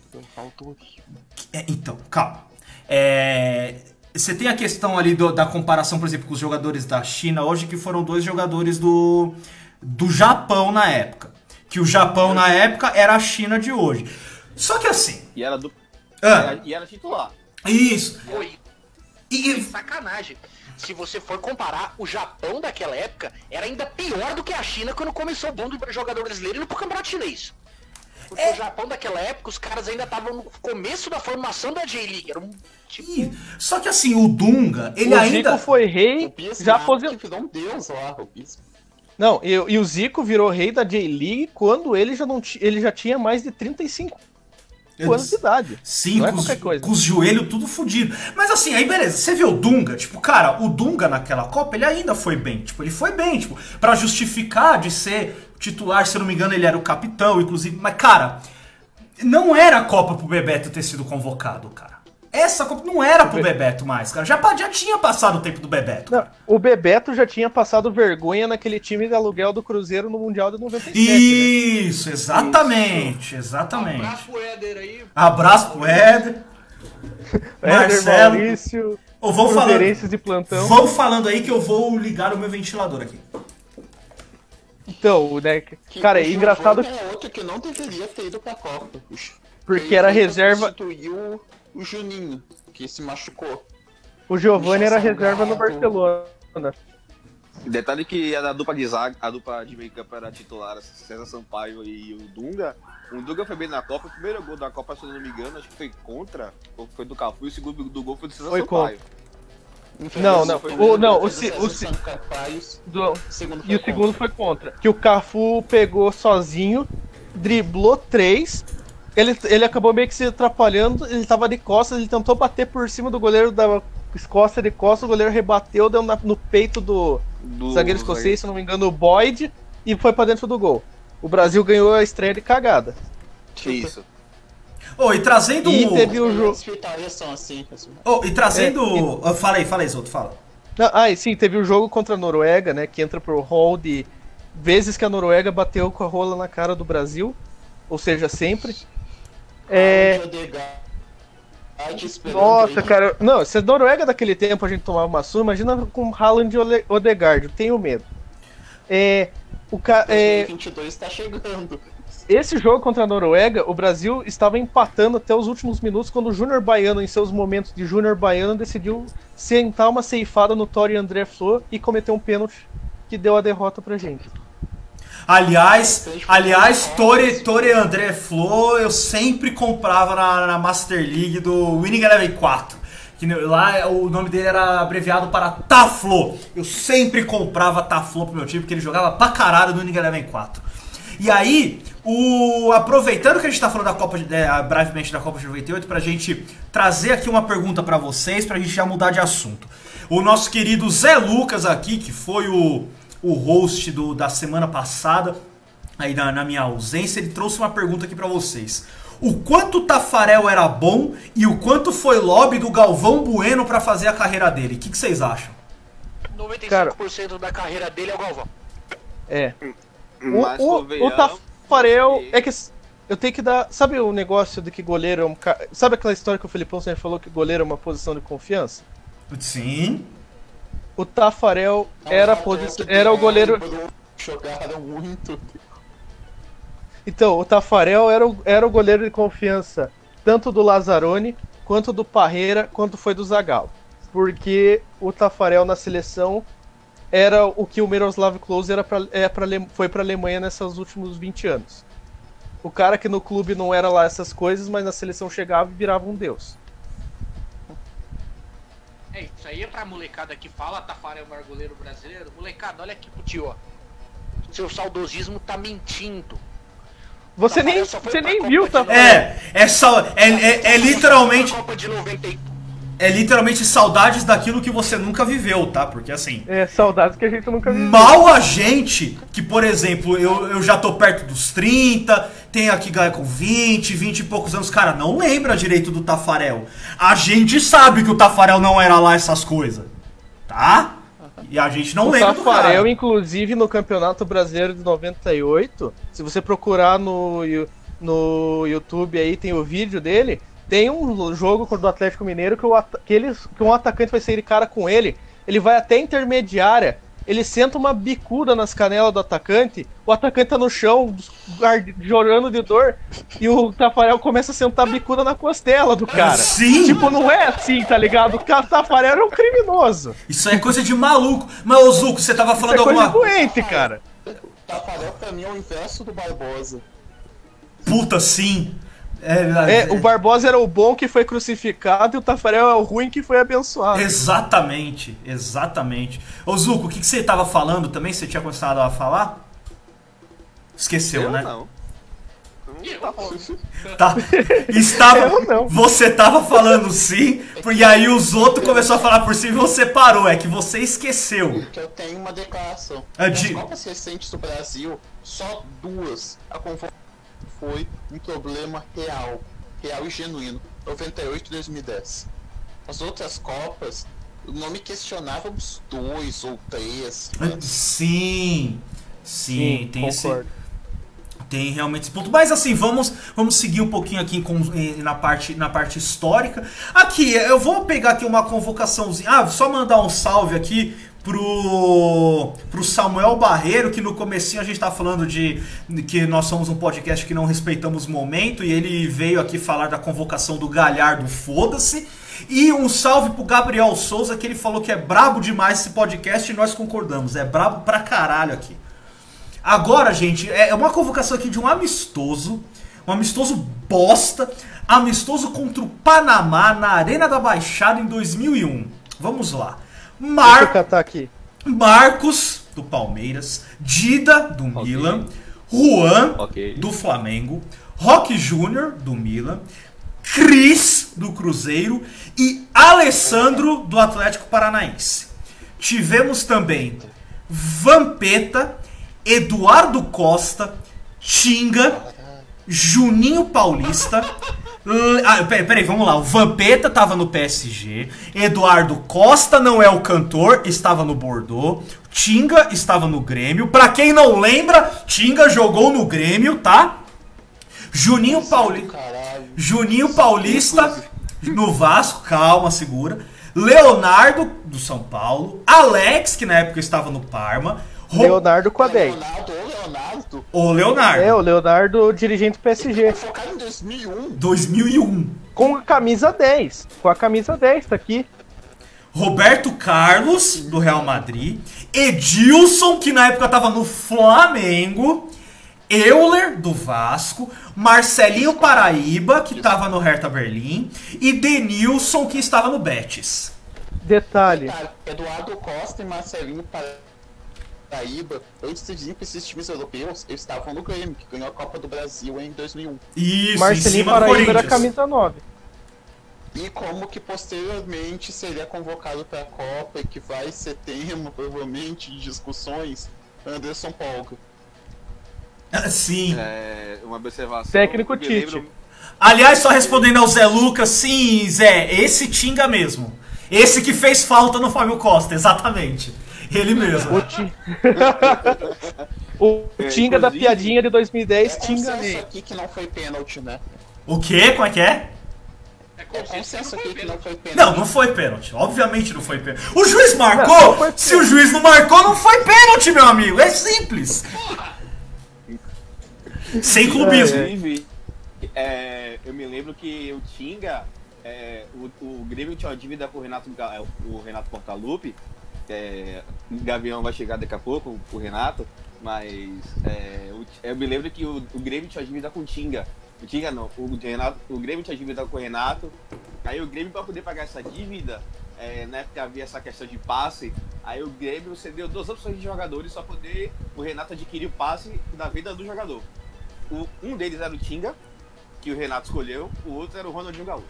É, então, calma. É, você tem a questão ali do, da comparação, por exemplo, com os jogadores da China hoje, que foram dois jogadores do, do Japão na época. Que o Japão na época era a China de hoje. Só que assim... E era, do... Ah, era, e era titular. isso. Foi. E, E sacanagem. Se você for comparar, o Japão daquela época era ainda pior do que a China quando começou o boom do jogador brasileiro indo pro campeonato chinês. Porque É. o Japão daquela época, os caras ainda estavam no começo da formação da J-League. Era um tipo... e- só que assim, o Dunga, ele o ainda... Zico foi rei, O Bismarck já aposentou. que virou um deus lá, o Bismarck. Não, e, e o Zico virou rei da J-League quando ele já, não ti- ele já tinha mais de trinta e cinco anos de idade. Sim, Não é com, os, qualquer coisa. com os joelhos tudo fudido. Mas assim, aí beleza, você vê o Dunga, tipo, cara, o Dunga naquela Copa, ele ainda foi bem. Tipo, ele foi bem, tipo, pra justificar de ser titular, se eu não me engano, ele era o capitão, inclusive. Mas, cara, não era a Copa pro Bebeto ter sido convocado, cara. Essa Copa não era pro Bebeto mais, cara. Já, já tinha passado o tempo do Bebeto. Não, o Bebeto já tinha passado vergonha naquele time de aluguel do Cruzeiro no Mundial de noventa e sete. Isso, exatamente, Um exatamente. abraço pro Éder aí. Abraço pro Éder. Né? Éder, Marcelo. Maurício, Eu vou falando, cruzeirenses de plantão. vão falando aí que eu vou ligar o meu ventilador aqui. Então, né, Que cara, o é engraçado Giovani é outro que não deveria ter ido pra Copa. porque Ele era foi pra reserva. substituir o Juninho, que se machucou. O Giovani era Michel reserva no Salgado. Barcelona. Detalhe que a dupla de zaga, a dupla de meio campo era titular, César Sampaio e o Dunga. O Dunga foi bem na Copa, o primeiro gol da Copa, se eu não me engano, acho que foi contra, ou foi do Cafu, e o segundo do gol foi do César Foi Sampaio. Não, não, Foi o, não, o, Fez se- César o, se- Sampaio, do- segundo foi e o segundo foi contra. Que o Cafu pegou sozinho, driblou três. Ele, ele acabou meio que se atrapalhando. Ele tava de costas, ele tentou bater por cima do goleiro da Escócia de costas. O goleiro rebateu, deu na- no peito do Do zagueiro escocês, se não me engano, o Boyd, e foi pra dentro do gol. O Brasil ganhou a estreia de cagada. Isso. Oh, e trazendo... E teve o jogo... Assim, oh, e trazendo... É, e... Fala aí, fala aí, Zoto, fala. Não, ah, e sim, teve o jogo contra a Noruega, né, que entra pro hall de vezes que a Noruega bateu com a rola na cara do Brasil, ou seja, sempre. É... Nossa, cara, não, se a Noruega daquele tempo a gente tomava uma surra, imagina com Haaland e Odegaard, eu tenho medo. É... O ca... dois mil e vinte e dois é... tá chegando. Esse jogo contra a Noruega, o Brasil estava empatando até os últimos minutos quando o Júnior Baiano, em seus momentos de Júnior Baiano, decidiu sentar uma ceifada no Tore André Flo e cometer um pênalti que deu a derrota pra gente. Aliás, aliás, Tore, Tore André Flo eu sempre comprava na, na Master League do Winning Eleven quatro. Que lá o nome dele era abreviado para Taflo. Eu sempre comprava Taflo pro meu time, porque ele jogava pra caralho no Winning Eleven quatro. E aí, o, aproveitando que a gente tá falando da Copa de, é, brevemente da Copa de noventa e oito, pra gente trazer aqui uma pergunta pra vocês, pra gente já mudar de assunto. O nosso querido Zé Lucas aqui, que foi o, o host do, da semana passada, aí na, na minha ausência, ele trouxe uma pergunta aqui pra vocês. O quanto o Tafarel era bom e o quanto foi lobby do Galvão Bueno pra fazer a carreira dele? O que, que vocês acham? noventa e cinco por cento Cara, da carreira dele é o Galvão. É. O, o, o Tafarel é que eu tenho que dar... Sabe o negócio de que goleiro é um... Sabe aquela história que o Felipão sempre falou que goleiro é uma posição de confiança? Sim. O Tafarel era, a posi... era o goleiro... Jogaram muito. Então, o Tafarel era o, era o goleiro de confiança tanto do Lazzaroni, quanto do Parreira, quanto foi do Zagallo. Porque o Tafarel na seleção era o que o Miroslav Klose era pra, é pra, foi para a Alemanha nesses últimos vinte anos. O cara que no clube não era lá essas coisas, mas na seleção chegava e virava um deus. É, isso aí é pra molecada que fala Tafarel é o maior goleiro brasileiro. Molecada, olha aqui pro tio, ó. Seu saudosismo tá mentindo. Você nem, você nem viu, tá? É, é, sal, é, é, é literalmente... É literalmente saudades daquilo que você nunca viveu, tá? Porque assim... É, saudades que a gente nunca viveu. Mal a gente, que por exemplo, eu, eu já tô perto dos trinta, tenho aqui galera com vinte, vinte e poucos anos, cara, não lembra direito do Tafarel. A gente sabe que o Tafarel não era lá essas coisas, tá? E a gente não o lembra do cara. O Tafarel, inclusive, no Campeonato Brasileiro de noventa e oito, se você procurar no, no YouTube aí, tem o vídeo dele... Tem um jogo contra o Atlético Mineiro que, o, que, ele, que um atacante vai sair de cara com ele, ele vai até a intermediária, ele senta uma bicuda nas canelas do atacante, o atacante tá no chão, chorando de dor, e o Tafarel começa a sentar a bicuda na costela do cara. Sim! Tipo, não é assim, tá ligado? O cara, Tafarel era um criminoso. Isso é coisa de maluco. Mas, ô Zuko, você tava falando Isso é alguma... coisa doente, cara. O Tafarel pra mim é o inverso do Barbosa. Puta, sim! É, é, o Barbosa era o bom que foi crucificado e o Tafarel é o ruim que foi abençoado. Exatamente, exatamente. Ô Zuko, o que, que você tava falando também? Você tinha começado a falar? Esqueceu, eu né? Não. Eu não falando. Tá. Estava, eu não. Você tava falando sim, e aí os outros começaram a falar por cima e você parou. É que você esqueceu. Que eu tenho uma declaração. É Nas de... Copas recentes do Brasil, só duas a convocação foi um problema real, real e genuíno, noventa e oito e dois mil e dez. As outras Copas, não me questionávamos dois ou três. Mas... Sim, sim, sim, tem concordo. esse, tem realmente esse ponto. Mas assim, vamos, vamos seguir um pouquinho aqui com, na, parte, na parte histórica. Aqui, eu vou pegar aqui uma convocaçãozinha. Ah, só mandar um salve aqui pro, pro Samuel Barreiro, que no comecinho a gente tá falando de que nós somos um podcast que não respeitamos o momento, e ele veio aqui falar da convocação do Galhardo, foda-se. E um salve pro Gabriel Souza, que ele falou que é brabo demais esse podcast, e nós concordamos, é brabo pra caralho aqui. Agora, gente, é uma convocação aqui de um amistoso, um amistoso bosta, amistoso contra o Panamá na Arena da Baixada em dois mil e um. Vamos lá. Mar... Deixa eu catar aqui. Marcos, do Palmeiras, Dida, do okay. Milan, Juan, okay. do Flamengo, Roque Júnior, do Milan, Cris, do Cruzeiro e Alessandro, do Atlético Paranaense. Tivemos também Vampeta, Eduardo Costa, Tinga, Juninho Paulista, Ah, peraí, vamos lá. O Vampeta tava no P S G. Eduardo Costa não é o cantor, estava no Bordeaux. Tinga estava no Grêmio. Pra quem não lembra, Tinga jogou no Grêmio, tá? Juninho Paulista. Juninho Paulista no Vasco, calma, segura. Leonardo do São Paulo. Alex, que na época estava no Parma. Leonardo com a dez. Leonardo, ou Leonardo. O Leonardo. É, o Leonardo, dirigente do P S G. Foi focado em dois mil e um. dois mil e um. Com a camisa dez. Com a camisa dez, tá aqui. Roberto Carlos, do Real Madrid. Edilson, que na época tava no Flamengo. Euler, do Vasco. Marcelinho Paraíba, que tava no Hertha Berlim. E Denilson, que estava no Betis. Detalhe. Eduardo Costa e Marcelinho Paraíba, antes de ir para esses times europeus, eles estavam no Grêmio, que ganhou a Copa do Brasil em dois mil e um. Isso, Marcelinho em cima do Paraíba era Corinthians. camisa nove. E como que posteriormente seria convocado para a Copa e que vai ser tema, provavelmente, de discussões, Anderson Polga. Sim. É, uma observação. Técnico eu me Tite. lembro- Aliás, só respondendo ao Zé Lucas, sim, Zé, esse Tinga mesmo. Esse que fez falta no Fábio Costa, exatamente. Ele mesmo. O, ti... o É, Tinga da inclusive- piadinha de dois mil e dez, É Tinga consenso nele. aqui que não foi pênalti, né? O quê? Como é que é? É É consenso consenso aqui que não foi pênalti. Não, não foi pênalti. Obviamente não foi pênalti. O juiz Não, marcou? não foi Se o juiz não marcou, não foi pênalti, meu amigo. É simples. Sem clubismo. Inclusive, é, eu me lembro que o Tinga, é, o, o Grêmio tinha uma dívida com o Renato, Ga- o Renato Portaluppi. É, o Gavião vai chegar daqui a pouco, o Renato, mas é, o- eu me lembro que o, o Grêmio tinha dívida com o Tinga. O Tinga não, o, Renato, o Grêmio tinha dívida com o Renato. Aí o Grêmio, para poder pagar essa dívida, é, na época havia essa questão de passe. Aí o Grêmio cedeu duas opções de jogadores para poder o Renato adquirir o passe da venda do jogador. O, um deles era o Tinga, que o Renato escolheu, o outro era o Ronaldinho Gaúcho.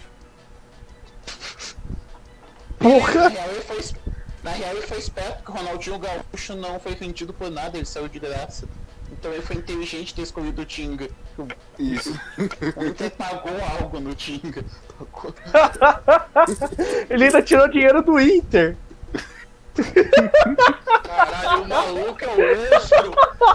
Na Porra! real, ele foi, na real, ele foi esperto, porque o Ronaldinho Gaúcho não foi vendido por nada, ele saiu de graça. Então ele foi inteligente ter escolhido o Tinga. Isso. O Inter pagou algo no Tinga. Pagou. Ele ainda tirou dinheiro do Inter. Caralho, o maluco é o monstro.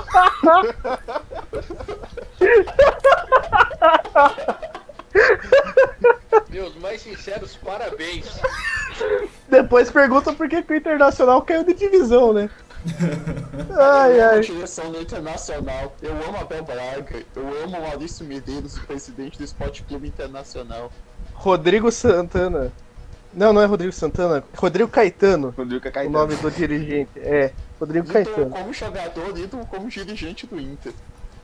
Meus mais sinceros parabéns. Depois pergunta por que, que o Internacional caiu de divisão, né? Ai, Eu amo a ai. direção do Internacional, eu amo Abel Braga, eu amo o Maurício Medeiros, o presidente do Esporte Clube Internacional. Rodrigo Santana. Não, não é Rodrigo Santana. Rodrigo Caetano. Rodrigo O Caetano. nome do dirigente. É, Rodrigo Ídolo Caetano. como jogador, ídolo como dirigente do Inter.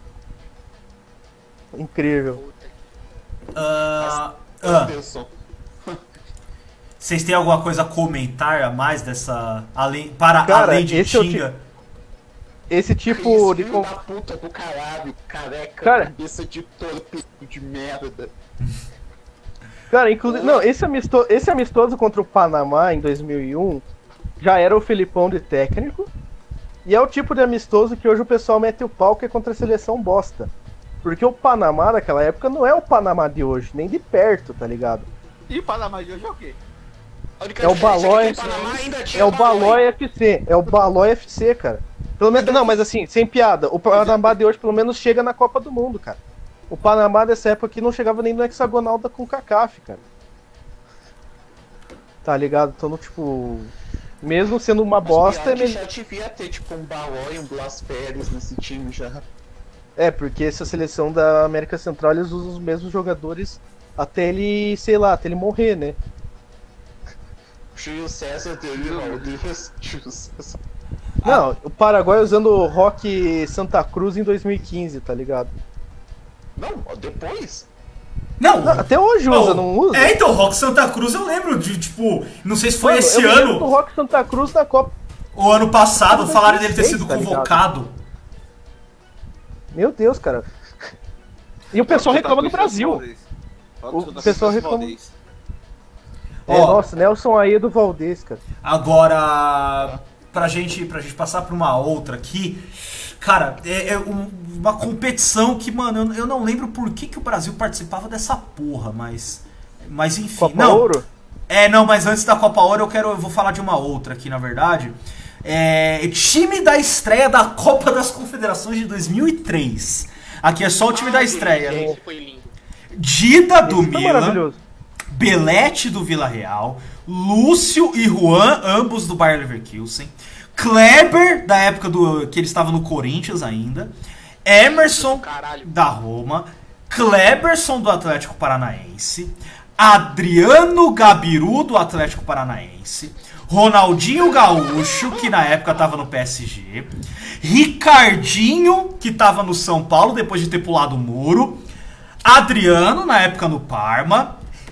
Incrível. Ah, ah, Anderson. vocês têm alguma coisa a comentar a mais dessa. Além, para Cara, além de esse é o Tinga? Esse tipo de. Filho con- da puta do caralho, careca, Cara. cabeça de torpe de merda. Cara, inclusive. Não, esse amistoso, esse amistoso contra o Panamá em dois mil e um já era o Felipão de técnico. E é o tipo de amistoso que hoje o pessoal mete o pau que é contra a seleção bosta. Porque o Panamá naquela época não é o Panamá de hoje, nem de perto, tá ligado? E o Panamá de hoje é o quê? A única É o diferença Balói. que o Panamá ainda tinha É o Balói F C. É o Balói F C, cara. Pelo menos, não, mas assim, sem piada. O Panamá de hoje pelo menos chega na Copa do Mundo, cara. O Panamá dessa época aqui não chegava nem no hexagonal da CONCACAF, cara. Tá ligado? Então, tipo, mesmo sendo uma bosta, é Mas pior que melhor. já devia ter tipo um Balói e um Blas Pérez nesse time já. É, porque essa seleção da América Central eles usam os mesmos jogadores até ele, sei lá, até ele morrer, né? Júlio César dele, Valdez, Júlio César. Não, o Paraguai usando o Rock Santa Cruz em dois mil e quinze, tá ligado? Não, depois? Não, Não, até hoje usa, oh, não usa? É, então, Rock Santa Cruz eu lembro de, tipo, não sei se foi Mano, esse eu me lembro do ano Rock Santa Cruz na Copa. ou ano passado, falaram dele ter sido tá ligado? convocado. Meu Deus, cara. E o pessoal reclama do Brasil. O pessoal reclama- É, Ó. nossa, Nelson Aedo Valdez, cara. Agora, pra gente, pra gente passar pra uma outra aqui, cara, é, é um, uma competição que, mano, eu, eu não lembro por que, que o Brasil participava dessa porra, mas, mas enfim. Copa não, Ouro? É, não, mas antes da Copa Ouro eu quero, eu vou falar de uma outra aqui, na verdade. É, time da estreia da Copa das Confederações de dois mil e três. Aqui é só o time da estreia. Esse foi lindo. Dida do Esse foi Milan, maravilhoso. Belete do Vila Real, Lúcio e Juan, ambos do Bayer Leverkusen, Kleber, da época do que ele estava no Corinthians ainda, Emerson Caralho. da Roma, Kleberson do Atlético Paranaense, Adriano Gabiru do Atlético Paranaense, Ronaldinho Gaúcho, que na época estava no P S G, Ricardinho, que estava no São Paulo depois de ter pulado o muro, Adriano, na época no Parma,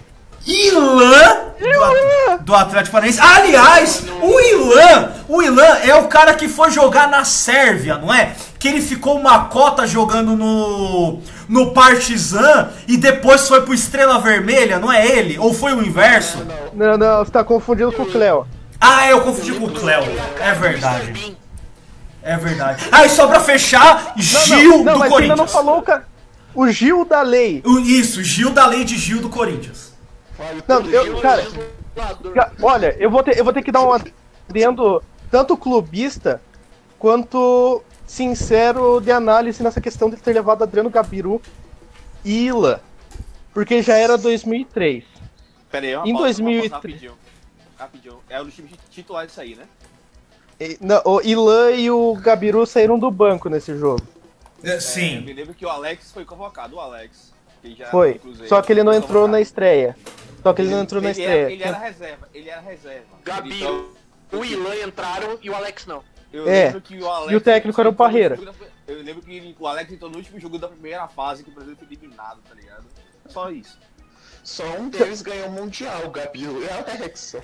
Ilan do, do Atlético Paranaense. Aliás, o Ilan, o Ilan é o cara que foi jogar na Sérvia, não é? Que ele ficou uma cota jogando no no Partizan e depois foi pro Estrela Vermelha, não é ele? Ou foi o inverso? Não, não, você tá confundindo com o Cleo. Ah, eu confundi com o Cléo. É verdade. É verdade. Ah, e só pra fechar, Gil Não, não, do mas Corinthians. ainda não falou o cara. O Gil da Lei. O- Isso, Gil da Lei de Gil do Corinthians. Não, eu, cara, ca- olha, eu vou ter, eu vou ter que dar um adendo tanto clubista quanto sincero de análise nessa questão de ter levado Adriano Gabiru e Ilan. Porque já era dois mil e três. Pera aí, uma Em pausa, dois mil e uma pausa três. rapidinho. Rapidinho. É o time titular disso aí, né? E- não, o Ilan e o Gabiru saíram do banco nesse jogo. É, É, sim. eu me lembro que o Alex foi convocado, o Alex. Que já Foi. no Cruzeiro, Só que ele não foi entrou na convocado. estreia. Só que ele não entrou na Ele era, estreia. ele era reserva, ele era reserva. Gabiru, Então, o Ilan entraram e o Alex não. eu É. lembro que o Alex E o técnico era o entrou no Parreira. jogo da- Eu lembro que ele- o Alex entrou no último jogo da primeira fase que o Brasil foi eliminado, tá ligado? Só isso. Só um deles ganhou o Mundial, o Gabiru e o Alex.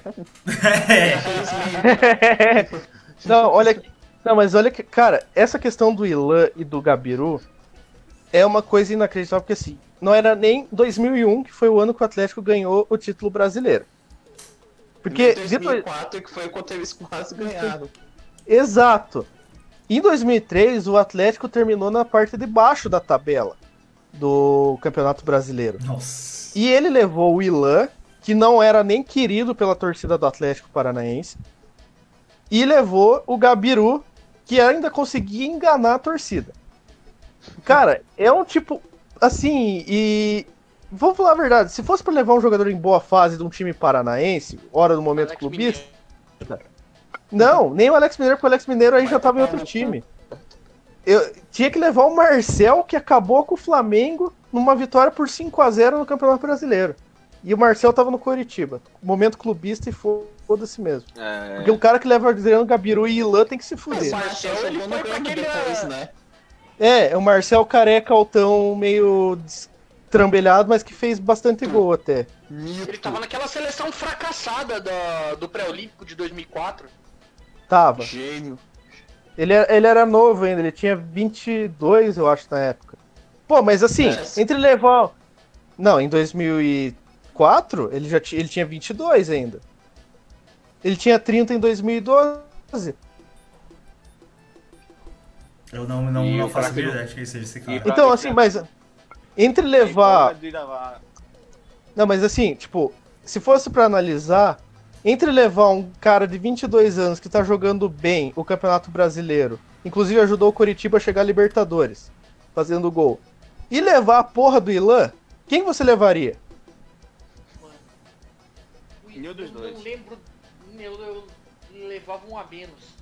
Não, olha. que- Não, mas olha que. Cara, essa questão do Ilan e do Gabiru é uma coisa inacreditável, porque assim, não era nem dois mil e um, que foi o ano que o Atlético ganhou o título brasileiro. Porque. Em dois mil e quatro, que foi quando eles quase ganharam. Exato. Em dois mil e três, o Atlético terminou na parte de baixo da tabela do Campeonato Brasileiro. Nossa. E ele levou o Ilan, que não era nem querido pela torcida do Atlético Paranaense, e levou o Gabiru, que ainda conseguia enganar a torcida. Cara, é um tipo. Assim, e. Vamos falar a verdade, se fosse pra levar um jogador em boa fase de um time paranaense, hora do momento Alex clubista. Não, nem o Alex Mineiro, porque o Alex Mineiro aí já tava em outro time. Eu tinha que levar o Marcel, que acabou com o Flamengo numa vitória por cinco a zero no Campeonato Brasileiro. E o Marcel tava no Coritiba. Momento clubista e foda-se mesmo. É... Porque o cara que leva o Adriano Gabiru e Ilan tem que se O fuder. Marcel ele jogou no foi pra Grêmio aquele, depois, ah, né? É, é o Marcel careca altão meio trambelhado, mas que fez bastante gol até. Ele tava naquela seleção fracassada da, do pré-olímpico de dois mil e quatro. Tava. Gênio. Ele, era- ele era novo ainda, ele tinha vinte e dois, eu acho, na época. Pô, mas assim, É. entre levar. Não, em dois mil e quatro, ele já tinha, ele tinha vinte e dois ainda. Ele tinha trinta em dois mil e doze. Eu não, não, E não o faço craque do- ideia de quem seja esse E cara. pra- Então, assim, mas. Entre levar. Não, mas assim, tipo, se fosse pra analisar, entre levar um cara de vinte e dois anos que tá jogando bem o Campeonato Brasileiro, inclusive ajudou o Coritiba a chegar a Libertadores, fazendo gol, e levar a porra do Ilan, quem você levaria? Nenhum dos eu dois. não lembro. Eu, eu levava um a menos.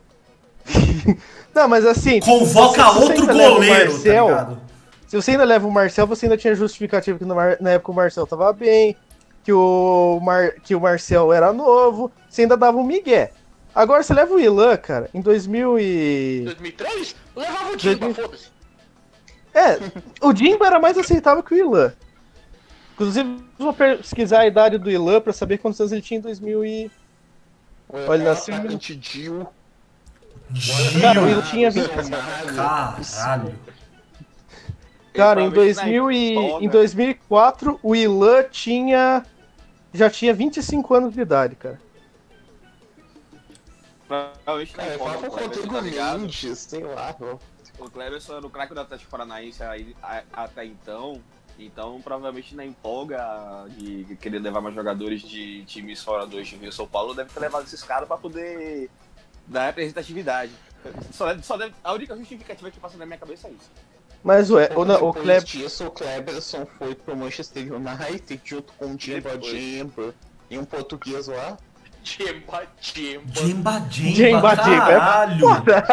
Não, mas assim. Convoca se você outro ainda leva o goleiro, Marcel, tá ligado? Se você ainda leva o Marcel, você ainda tinha justificativo que no Mar- na época o Marcel tava bem, que o, Mar- que o Marcel era novo, você ainda dava um migué. Agora você leva o Ilan, cara, em dois mil e... dois mil e três? Eu levava o Dimba, dois mil foda-se. É, o Dimba era mais aceitável que o Ilan. Inclusive, vou pesquisar a idade do Ilan pra saber quantos anos ele tinha em dois mil e... Olha, nasceu em... atacante Gil. Cara, o Ilan tinha vinte... Caralho. Cara, em, Provavelmente dois na mil e... escola. em dois mil e quatro, o Ilan tinha... já tinha vinte e cinco anos de idade, cara. Provavelmente Cara, empolga fala o com o Cleberson, Rodrigo tá ligado? Mendes, sei lá. ó. O Cleberson era o craque do Atlético Paranaense aí, a- até então. Então, provavelmente na empolga de querer levar mais jogadores de times fora do eixo Rio São Paulo, deve ter levado esses caras pra poder dar representatividade. Só deve, só deve, a única justificativa que passa na minha cabeça é isso. Mas ué, o, o, o Depois Kleber. disso, o Cleberson foi pro Manchester United junto com o Jimba Depois. Jimba e um português lá. Jemba, jemba. Jemba Jemba, Jemba Jemba, é caralho. foda.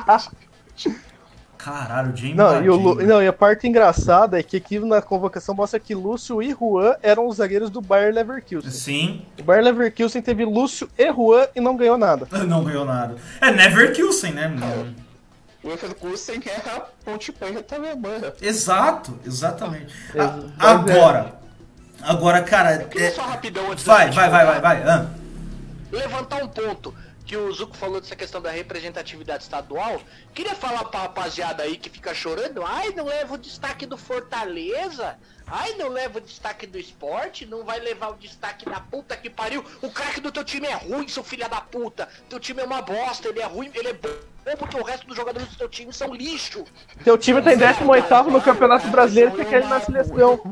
Caralho, Jemba Não, e, o Lu- Jemba. não, e a parte engraçada é que aqui na convocação mostra que Lúcio e Juan eram os zagueiros do Bayer Leverkusen. Sim, O Bayer Leverkusen teve Lúcio e Juan e não ganhou nada. não ganhou nada. É Neverkusen, né? Não. O Leverkusen é a Ponte Preta da Alemanha. Exato, exatamente. Ex- A- mas é- agora, agora, cara, Eu queria é- só rapidão antes da vai, gente vai, vai, vai, voltar, vai. Ah. levantar um ponto que o Zuko falou dessa questão da representatividade estadual. Queria falar pra rapaziada aí que fica chorando, ai, não leva o destaque do Fortaleza, ai, não leva o destaque do esporte, não vai levar o destaque da puta que pariu. O craque do teu time é ruim, seu filho da puta. Teu time é uma bosta, ele é ruim, ele é bom porque o resto dos jogadores do teu time são lixo. Teu time tá em décimo oitavo no Campeonato Brasileiro e você quer ir na seleção.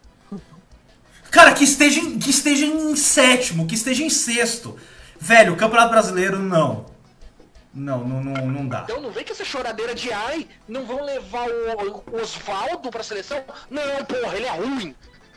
Cara, que esteja, em, que esteja em sétimo, que esteja em sexto. Velho, o Campeonato Brasileiro, não. Não, não, não, não dá. Então não vem com essa choradeira de ai, não vão levar o, o Osvaldo pra seleção. Não, porra, ele é ruim.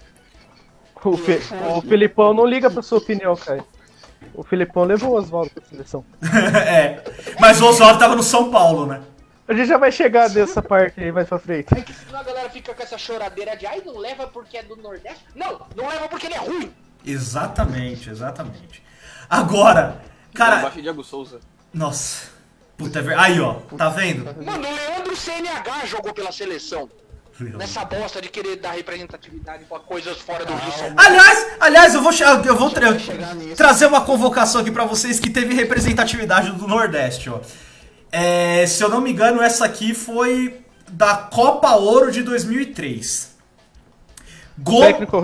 O, Fe- o Filipão não liga pra sua opinião, cara. O Filipão levou o Oswaldo pra seleção. É, mas o Oswaldo tava no São Paulo, né? A gente já vai chegar nessa parte aí mais pra frente. É que senão a galera fica com essa choradeira de ai, não leva porque é do Nordeste. Não, não leva porque ele é ruim. Exatamente, exatamente. Agora, cara... Abaixo de Diego Souza. Nossa. Puta, é ver... Aí, ó, tá vendo? Mano, o Leandro C N H jogou pela seleção. Nessa bosta de querer dar representatividade pra coisas fora do Rio São Paulo. Aliás, aliás, eu vou, che- eu vou tra- chegar nisso. trazer uma convocação aqui pra vocês que teve representatividade do Nordeste, ó. É, se eu não me engano, essa aqui foi da Copa Ouro de dois mil e três. Gol... Técnico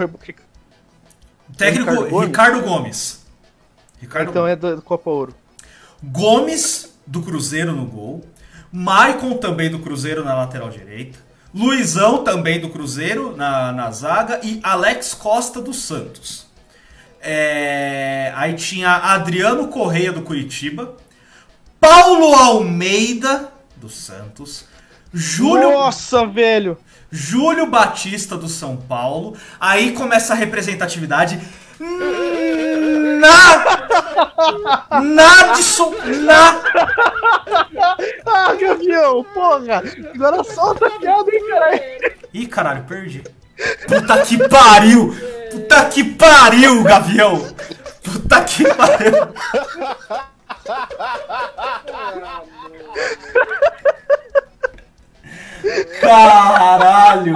Técnico Ricardo Gomes? Ricardo Gomes. Ricardo Então é do Copa Ouro. Gomes, do Cruzeiro no gol. Maicon, também do Cruzeiro, na lateral direita. Luizão, também do Cruzeiro, na, na zaga. E Alex Costa, do Santos. É, aí tinha Adriano Correia, do Curitiba. Paulo Almeida, do Santos. Júlio... Nossa, velho! Júlio Batista, do São Paulo. Aí começa a representatividade. Na... Nadson, na... Ah, Gavião, porra! Agora solta a piada, hein, caralho! Ih, caralho, perdi. Puta que pariu! Puta que pariu, Gavião! Puta que pariu! Caralho!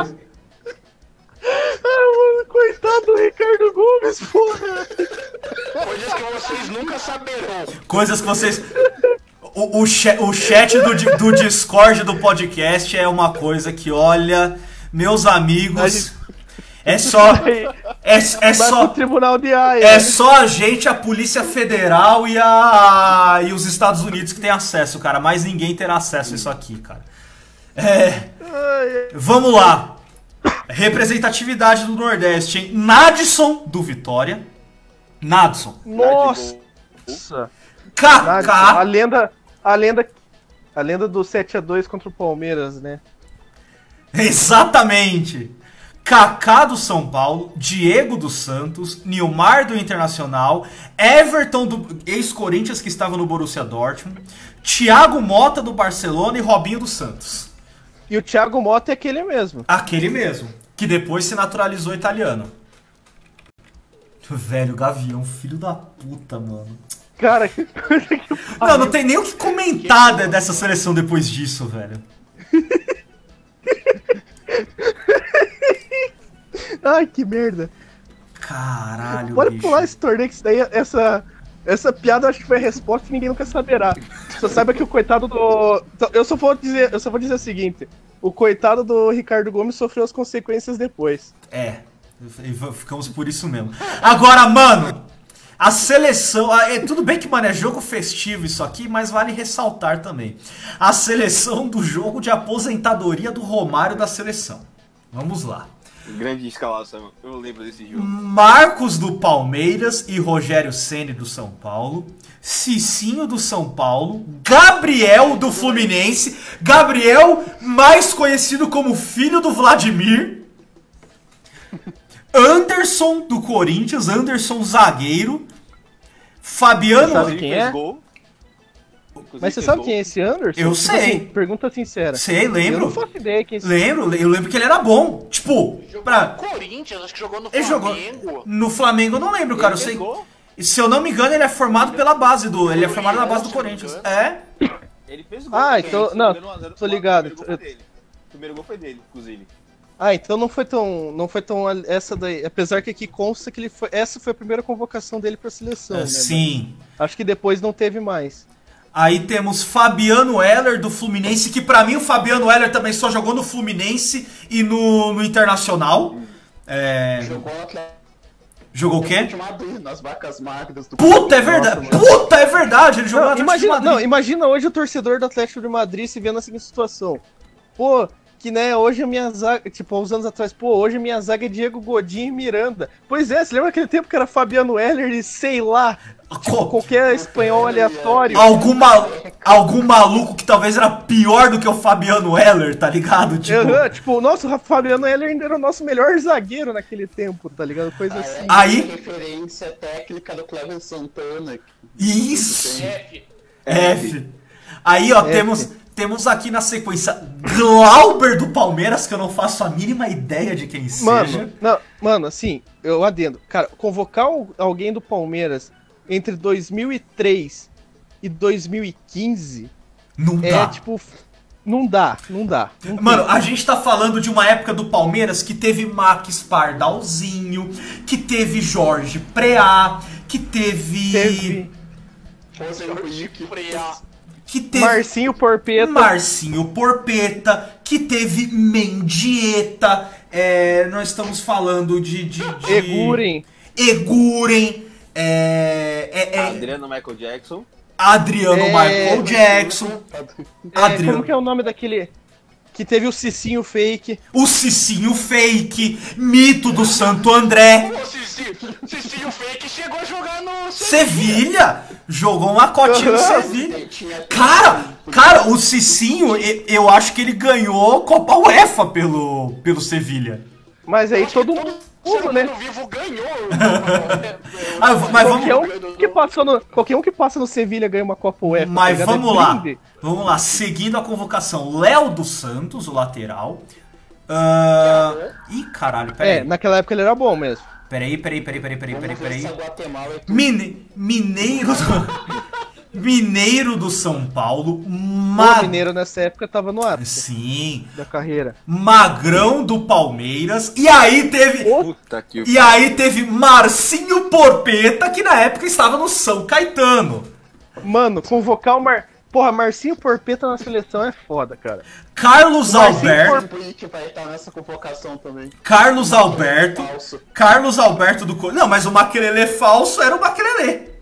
Ah, mano, coitado do Ricardo Gomes, porra! Coisas que vocês nunca saberão. Coisas que vocês... O, o, cha- o chat do, di- do Discord do podcast é uma coisa que, olha, meus amigos, é só... É, é Vai só... pro Tribunal de Haia. É só a gente, a Polícia Federal e, a, e os Estados Unidos que tem acesso, cara. Mais ninguém terá acesso a isso aqui, cara. É, vamos lá. Representatividade do Nordeste, hein? Nadson, do Vitória. Nadson. Nossa! Nadson, a Kaká. lenda, a lenda, a lenda do sete a dois contra o Palmeiras, né? Exatamente. Kaká do São Paulo, Diego do Santos, Nilmar do Internacional, Everton do ex-Corinthians que estava no Borussia Dortmund, Thiago Mota do Barcelona e Robinho do Santos. E o Thiago Mota é aquele mesmo. Aquele mesmo, que depois se naturalizou italiano. Velho, Gavião, filho da puta, mano. Cara, que coisa que Não, não tem nem o que comentar de- dessa seleção depois disso, velho. Ai, que merda. Caralho, Pode bicho. pular esse torneio, que isso daí, essa, essa piada acho que foi a resposta que ninguém nunca saberá. Só saiba que o coitado do... Eu só vou dizer, eu só vou dizer o seguinte. O coitado do Ricardo Gomes sofreu as consequências depois. É, e v- ficamos por isso mesmo. Agora, mano, A seleção... É, tudo bem que, mano, é jogo festivo isso aqui, mas vale ressaltar também. A seleção do jogo de aposentadoria do Romário da seleção. Vamos lá. Grande escalação, eu lembro desse jogo. Marcos do Palmeiras e Rogério Ceni do São Paulo. Cicinho do São Paulo. Gabriel do Fluminense. Gabriel, mais conhecido como filho do Vladimir. Anderson do Corinthians. Anderson zagueiro. Fabiano... Sabe quem é? Mas você sabe quem é esse Anderson? Eu tipo sei. Assim, pergunta sincera. Sei, lembro. Eu não faço ideia quem é esse... Lembro, eu lembro que ele era bom. Tipo, Jogou pra... no Corinthians, acho que jogou no Ele jogou Flamengo. no Flamengo, eu não lembro, cara. Eu sei. Se eu não me engano, ele é formado pela base do. Ele é formado na base do Corinthians. É? Ele fez gol. Ah, então. Não, tô ligado. O primeiro gol foi dele. O primeiro gol foi dele, inclusive. Ah, então não foi tão. Não foi tão. Essa daí. Apesar que aqui consta que ele foi. Essa foi a primeira convocação dele pra seleção, né? Sim. Mas acho que depois não teve mais. Aí temos Fabiano Heller do Fluminense, que pra mim o Fabiano Heller também só jogou no Fluminense e no, no Internacional. É... Jogou no Atlético. Jogou o quê? de Madrid, nas vacas magras do Puta, é verdade! Nossa, Puta, é verdade! Ele jogou no Não, Atlético imagina, de Madrid. não, imagina hoje o torcedor do Atlético de Madrid se vendo na seguinte situação. Pô, que né, hoje a minha zaga, tipo, há uns anos atrás, pô, hoje a minha zaga é Diego Godin e Miranda. Pois é, você lembra aquele tempo que era Fabiano Heller e sei lá, tipo, qualquer espanhol aleatório? Algum, ma... Algum maluco que talvez era pior do que o Fabiano Heller, tá ligado? Tipo, Uhum, tipo, nossa, o Fabiano Heller ainda era o nosso melhor zagueiro naquele tempo, tá ligado? Coisa assim. Aí- referência técnica do Cleber Santana. Isso! F. F. Aí, ó, F. temos, temos aqui na sequência Glauber do Palmeiras, que eu não faço a mínima ideia de quem seja. Mano, não, mano, assim, eu adendo. Cara, convocar o- alguém do Palmeiras entre dois mil e três e dois mil e quinze Não é dá. tipo. Não dá, não dá. Não Mano, tem. a gente tá falando de uma época do Palmeiras que teve Max Pardalzinho, que teve Jorge Preá, que teve... Teve Que teve Marcinho Porpeta. Marcinho Porpeta, que teve Mendieta, é, nós estamos falando de... de, de... Eguren. Eguren, é, é, é, Adriano Michael Jackson. Adriano É, Michael Jackson, É, Adriano, como que é o nome daquele. Que teve o Cicinho Fake. o Cicinho Fake, Mito do Santo André, Ô, Cici, Cici, o Fake chegou a jogar no Sevilha, jogou uma cotinha no Uhum. Sevilha. Cara, cara, o Cicinho, e- eu acho que ele ganhou Copa UEFA pelo, pelo Sevilha. Mas aí todo mundo, Todo né? mundo vivo ganhou. Ah, mas vamos, Qualquer um que passa no, qualquer um que passa no Sevilha ganha uma Copa UEFA. mas tá ligado? vamos É lá, brinde. vamos lá, seguindo a convocação, Léo dos Santos, o lateral. Ah, ih, caralho, peraí. É, naquela época ele era bom mesmo. Peraí, peraí, peraí, peraí, peraí, peraí, peraí. Essa Guatemala é tudo. Mine... Mineiro do... Mineiro do São Paulo. O Ma... Mineiro nessa época tava no ápice Sim. da carreira. Magrão do Palmeiras. E aí teve... Puta que E aí teve Marcinho Porpeta, que na época estava no São Caetano. Mano, convocar o Mar... Porra, Marcinho Porpeta na seleção é foda, cara. Carlos Marcinho Alberto. O Blake vai estar nessa convocação também. Carlos Alberto. Falso. Carlos Alberto do... Co- Não, mas o Maquelele falso era o Maquelele.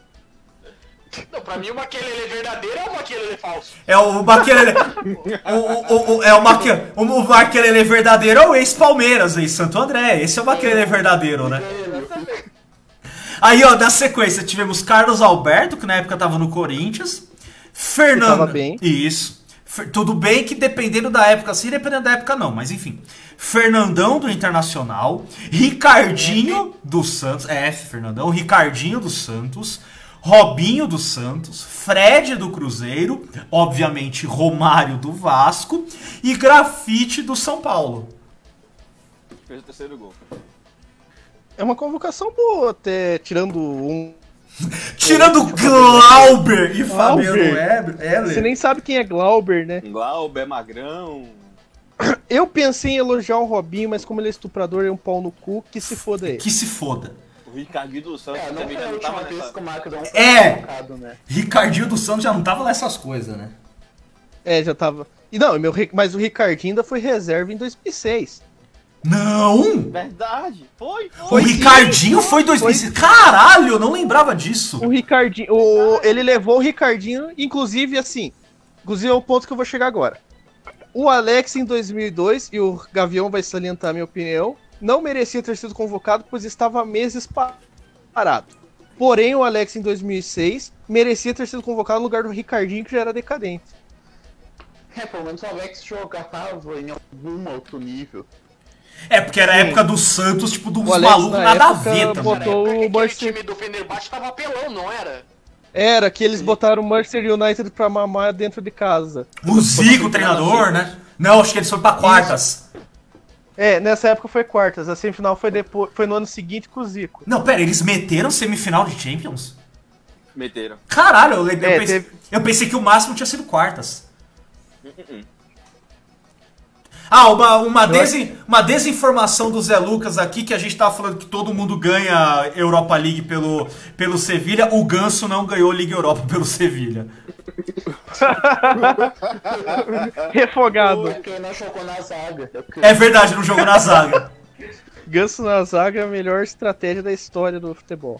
Não, pra mim o Maquelele verdadeiro é o Maquelele falso. É o Maquelele. o, o, o, é o, Maque, o, o Maquelele verdadeiro é o ex-Palmeiras, ex-Santo André. Esse é o Maquelele verdadeiro, né? Aí, ó, na sequência, tivemos Carlos Alberto, que na época tava no Corinthians. Fernando. tava bem. Isso. Fer- Tudo bem que dependendo da época, assim, dependendo da época não, mas enfim. Fernandão do Internacional. Ricardinho do Santos. É, Fernandão. Ricardinho do Santos. Robinho do Santos, Fred do Cruzeiro, obviamente Romário do Vasco e Grafite do São Paulo. fez o terceiro gol. É uma convocação boa, até tirando um. Tirando Glauber e Glauber. Fabiano Heber- Você Heller. nem sabe quem é Glauber, né? Glauber, Magrão. Eu pensei em elogiar o Robinho, mas como ele é estuprador e um pau no cu, que se foda ele. Que se foda. O Ricardinho do Santos É, não também foi já a não última tava vez nessa... que o Macron É. foi convocado, né? Ricardinho do Santos já não tava nessas coisas, né? É, já tava. E não, meu, Ri- mas o Ricardinho ainda foi reserva em dois mil e seis. Não! Verdade. Foi, O foi. Ricardinho foi dois mil e seis. Caralho, eu não lembrava disso. O Ricardinho, o, ele levou o Ricardinho, inclusive assim, inclusive é o ponto que eu vou chegar agora. O Alex em dois mil e dois, e o Gavião vai salientar a minha opinião, não merecia ter sido convocado, pois estava há meses parado. Porém, o Alex em dois mil e seis merecia ter sido convocado no lugar do Ricardinho, que já era decadente. É, pelo menos o Alex jogava em algum outro nível. É, porque era a Sim. época do Santos, tipo, dos O Alex, malucos na nada a época, ver também. botou- Aquele o Manchester- time do Fenerbahçe tava pelão, não era? Era que eles botaram o Manchester United pra mamar dentro de casa. O Zico, o treinador, né? Não, acho que eles foram pra quartas. É, nessa época foi quartas, a semifinal foi, depois, foi no ano seguinte com o Zico. Não, pera, eles meteram semifinal de Champions? Meteram. Caralho, eu, eu É, pensei, teve- eu pensei que o máximo tinha sido quartas. Ah, uma, uma, desen, uma desinformação do Zé Lucas aqui, que a gente tava falando que todo mundo ganha Europa League pelo, pelo Sevilha. O Ganso não ganhou Liga Europa pelo Sevilha. Refogado. Porque ele não jogou na zaga. É porque- É verdade, não jogou na zaga. Ganso na zaga é a melhor estratégia da história do futebol.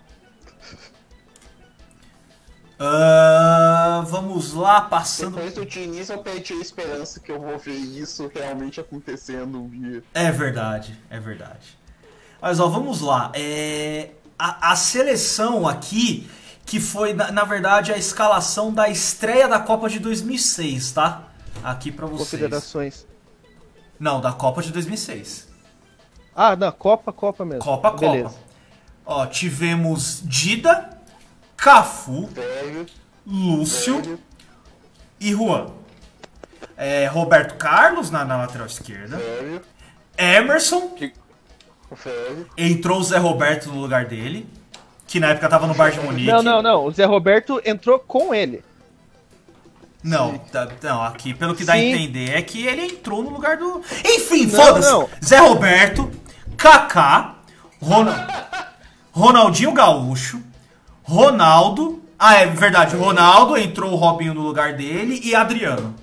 Ah, vamos lá, passando... Depois do Diniz eu perdi a esperança que eu vou ver isso realmente acontecendo um dia. É verdade, é verdade. Mas ó, vamos lá. É, a, a seleção aqui, que foi, na, na verdade, a escalação da estreia da Copa de dois mil e seis, tá? Aqui pra vocês. Confederações. Não, da Copa de dois mil e seis. Ah, não, Copa, Copa mesmo. Copa, Beleza. Copa. Ó, tivemos Dida, Cafu, Velho, Lúcio velho, e Juan. É, Roberto Carlos na, na lateral esquerda. velho, Emerson, velho. entrou o Zé Roberto no lugar dele, que na época tava no Bayern de Munique. Não, não, não. O Zé Roberto entrou com ele. Não, tá- não, aqui pelo que dá a Sim. entender é que ele entrou no lugar do... Enfim, Não, foda-se. não. Zé Roberto, Kaká, Ronald... Ronaldinho Gaúcho, Ronaldo... Ah, é verdade, Ronaldo, entrou o Robinho no lugar dele e Adriano.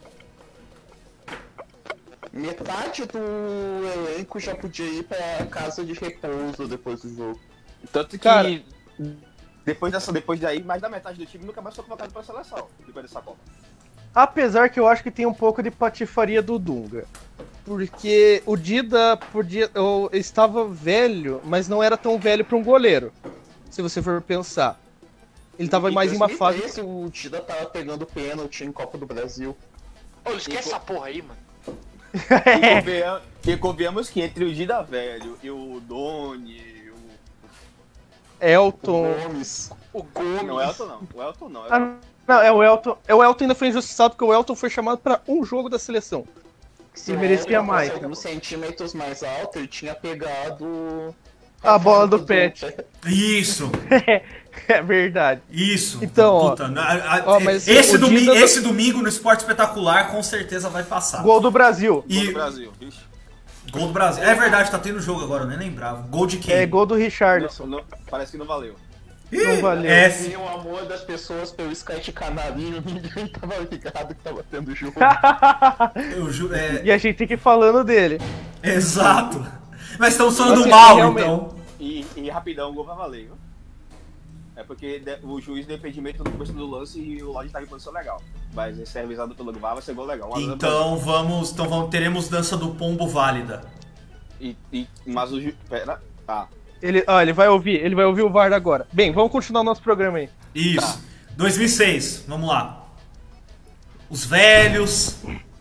Metade do elenco já podia ir pra casa de repouso depois do jogo. Tanto que Cara. depois, dessa, depois daí, mais da metade do time nunca mais foi convocado pra seleção, depois dessa Copa. Apesar que eu acho que tem um pouco de patifaria do Dunga. Porque o Dida podia, eu, estava velho, mas não era tão velho para um goleiro. Se você for pensar. Ele estava Em mais em uma fase. dois mil e treze, o Dida tava pegando pênalti em Copa do Brasil. Ô, esquece essa porra aí, mano. E convenhamos, que convenhamos que entre o Dida Velho e o Doni, o... Elton. Gomes. O Gomes. Não, o Elton não. O Elton não. Ah, não, é o Elton. É o Elton ainda foi injustiçado porque o Elton foi chamado para um jogo da seleção. Se Ele o merecia Elton mais. fosse alguns centímetros mais alto, ele tinha pegado A bola do Pet. Isso, É verdade. isso. Então, ó. Puta, a- a- Ó, mas esse, o domi Dida- esse domingo no Esporte Espetacular com certeza vai passar. Gol do Brasil. E... E do Brasil. Ixi. gol do Brasil. É verdade, tá tendo jogo agora, eu nem lembrava. Gol de quem? É gol do Richarlison. Não, não, parece que não valeu. Ih, não valeu. F. E o amor das pessoas pelo Sky de Canarinho, ninguém tava ligado que tava tendo jogo. Eu ju- é, E a gente tem que ir falando dele. exato. Mas estamos falando Assim, mal, realmente. então. E, e rapidão, o gol vai valer, viu? É porque de- o juiz deu impedimento no começo do lance e o Lodge tava em posição legal. Mas esse é revisado pelo V A R, vai ser gol legal. um a zero Então vamos, então vamos, teremos dança do pombo válida. E, e, mas o juiz... Pera... Tá. Ele, ó, ele vai ouvir, ele vai ouvir o V A R agora. Bem, vamos continuar o nosso programa aí. Isso. Tá. dois mil e seis, vamos lá. Os velhos,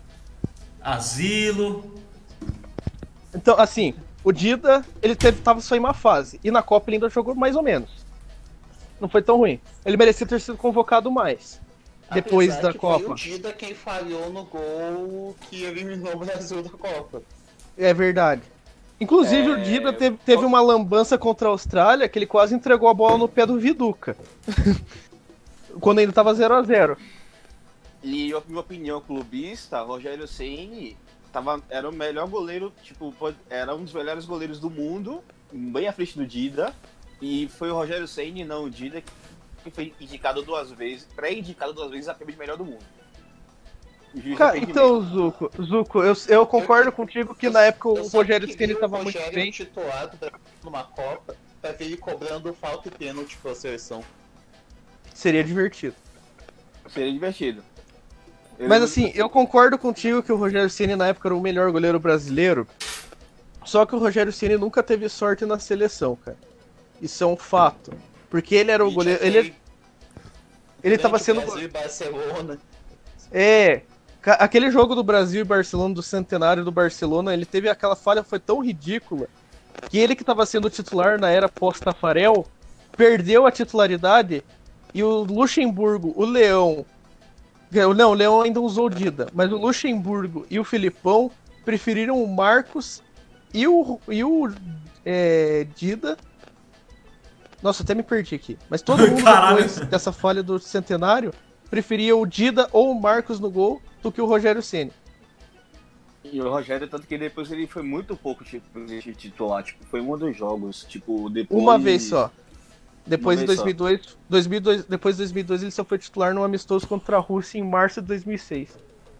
asilo. Então, assim, o Dida, ele teve, tava só em uma fase. E na Copa ele ainda jogou mais ou menos. Não foi tão ruim. Ele merecia ter sido convocado mais. Depois Apesar da que Copa. Foi o Dida quem falhou no gol que eliminou o Brasil da Copa. É verdade. Inclusive, É, o Dida teve, teve uma lambança contra a Austrália que ele quase entregou a bola no pé do Viduca. Quando ainda tava zero a zero. E a minha opinião clubista, Rogério Ceni tava, era o melhor goleiro, tipo, pode- era um dos melhores goleiros do mundo, bem à frente do Dida. E foi o Rogério Ceni, não o Dida, que foi indicado duas vezes, pré-indicado duas vezes a prêmio de melhor do mundo. Cara, então, Zuko, Zuko eu, eu concordo contigo que na época o Rogério Ceni tava muito bem. Titulado numa Copa pra ver ele cobrando falta e pênalti pra seleção. Seria divertido. Seria divertido. Ele Mas não- assim, eu concordo contigo que o Rogério Ceni na época era o melhor goleiro brasileiro. Só que o Rogério Ceni nunca teve sorte na seleção, cara. Isso é um fato. Porque ele era o goleiro. Ele, ele tava sendo. Brasil e Barcelona. É. ca- Aquele jogo do Brasil e Barcelona, do centenário do Barcelona, ele teve aquela falha, foi tão ridícula que ele que tava sendo titular na era pós-Tafarel perdeu a titularidade e o Luxemburgo, o Leão. Não, o Leão ainda usou o Dida, mas o Luxemburgo e o Filipão preferiram o Marcos e o, e o é, Dida. Nossa, até me perdi aqui. Mas todo mundo Caralho. depois dessa falha do centenário preferia o Dida ou o Marcos no gol do que o Rogério Ceni. E o Rogério, tanto que depois ele foi muito pouco tipo, de titular, tipo, foi um dos jogos, tipo, depois... Uma vez só. Depois Uma de vez só. dois mil e dois, dois mil e dois, depois de dois mil e dois ele só foi titular no amistoso contra a Rússia em março de dois mil e seis.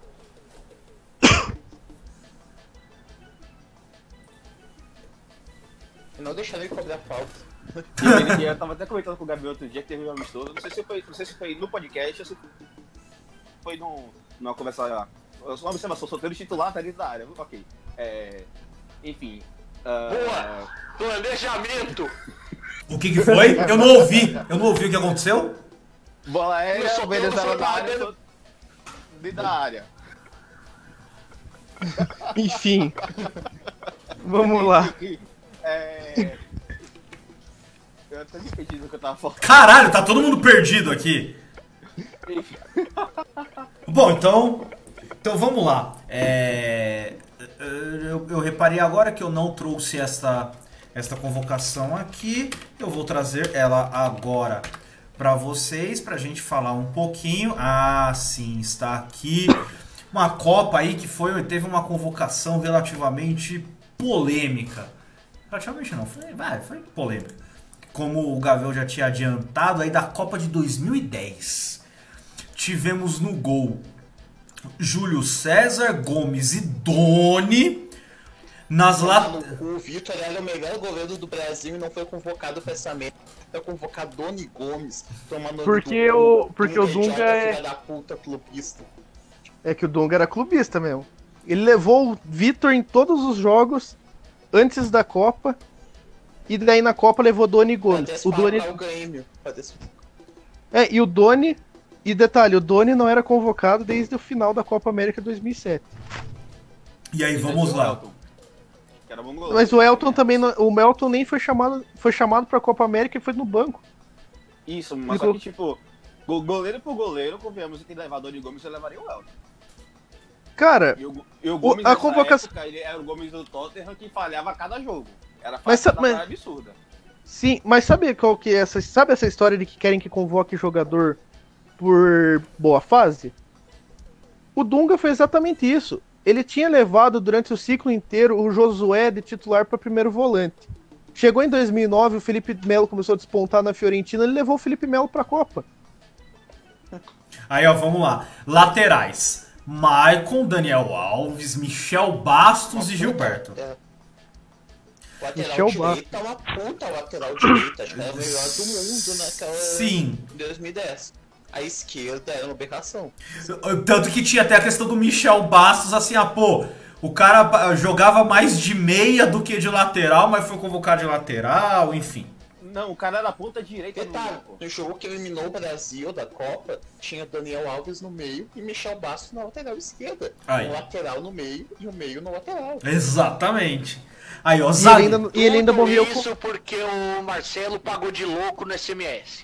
Não deixaram ele cobrar falta. E ele, eu tava até comentando com o Gabriel outro dia que teve um amistoso, não sei se foi, não sei se foi no podcast ou se foi num, numa conversa, uma observação, solteiro titular tá dentro da área, ok. É, enfim... ah, Boa! Planejamento! O que que foi? Eu não ouvi. Eu não ouvi o que aconteceu. Bola Eu aérea, só o Venezuela tô na área, sabendo- tô dentro da área. Enfim. Vamos lá. É... Eu até me perdi do que eu tava falando. Caralho, tá todo mundo perdido aqui. Bom, então. Então vamos lá. É, eu, eu reparei agora que eu não trouxe esta, esta convocação aqui. Eu vou trazer ela agora para vocês, pra gente falar um pouquinho. Ah, sim, está aqui. Uma Copa aí que foi, teve uma convocação relativamente polêmica. Relativamente não, foi, vai, foi polêmica. Como o Gavel já tinha adiantado, aí da Copa de dois mil e dez. Tivemos no gol Júlio César, Gomes e Doni. Nas laterais. O Vitor era o melhor goleiro do Brasil e não foi convocado pra essa meta. Foi convocar Doni Gomes. Tomando Porque do- o- porque o idiota, Dunga é- filha da puta, clubista. É que o Dunga era clubista mesmo. Ele levou o Vitor em todos os jogos antes da Copa. E daí na Copa levou Doni e Pra Gomes. O Doni. desfalcar o Grêmio. Pra des- É, e o Doni. E detalhe, o Doni não era convocado desde o final da Copa América dois mil e sete. E aí, vamos lá. Que era bom goleiro. Mas o Elton também. não- O Melton nem foi chamado. Foi chamado pra Copa América e foi no banco. Isso, mas Ficou- só que, tipo, go- goleiro por goleiro, convenhamos que levador de Gomes, eu levaria o Elton. Cara, E o, e o Gomes, a nessa convocação- época, ele era o Gomes do Tottenham que falhava a cada jogo. Era Mas falha sa- mas- absurda. sim, mas sabe qual que é essa. Sabe essa história de que querem que convoque jogador por boa fase? O Dunga foi exatamente isso. Ele tinha levado durante o ciclo inteiro o Josué de titular para primeiro volante. Chegou em dois mil e nove, o Felipe Melo começou a despontar na Fiorentina, ele levou o Felipe Melo pra Copa. Aí, ó, vamos lá. Laterais. Maicon, Daniel Alves, Michel Bastos e Gilberto. É. Lateral Michel direita é uma puta lateral direita. Acho que era o melhor do mundo naquela. Sim. Em dois mil e dez. A esquerda era uma aberração. Tanto que tinha até a questão do Michel Bastos, assim, ah, pô, o cara ah, jogava mais de meia do que de lateral, mas foi convocado de lateral, enfim. Não, o cara era ponta direita no Detalhe, grupo. no jogo que eliminou o Brasil da Copa, tinha Daniel Alves no meio e Michel Bastos na lateral esquerda. Aí. Um lateral no meio e o meio no lateral. Exatamente. Aí, ó, E ele zague... ainda, e ele ainda Tudo morreu com. isso porque o Marcelo pagou de louco no S M S.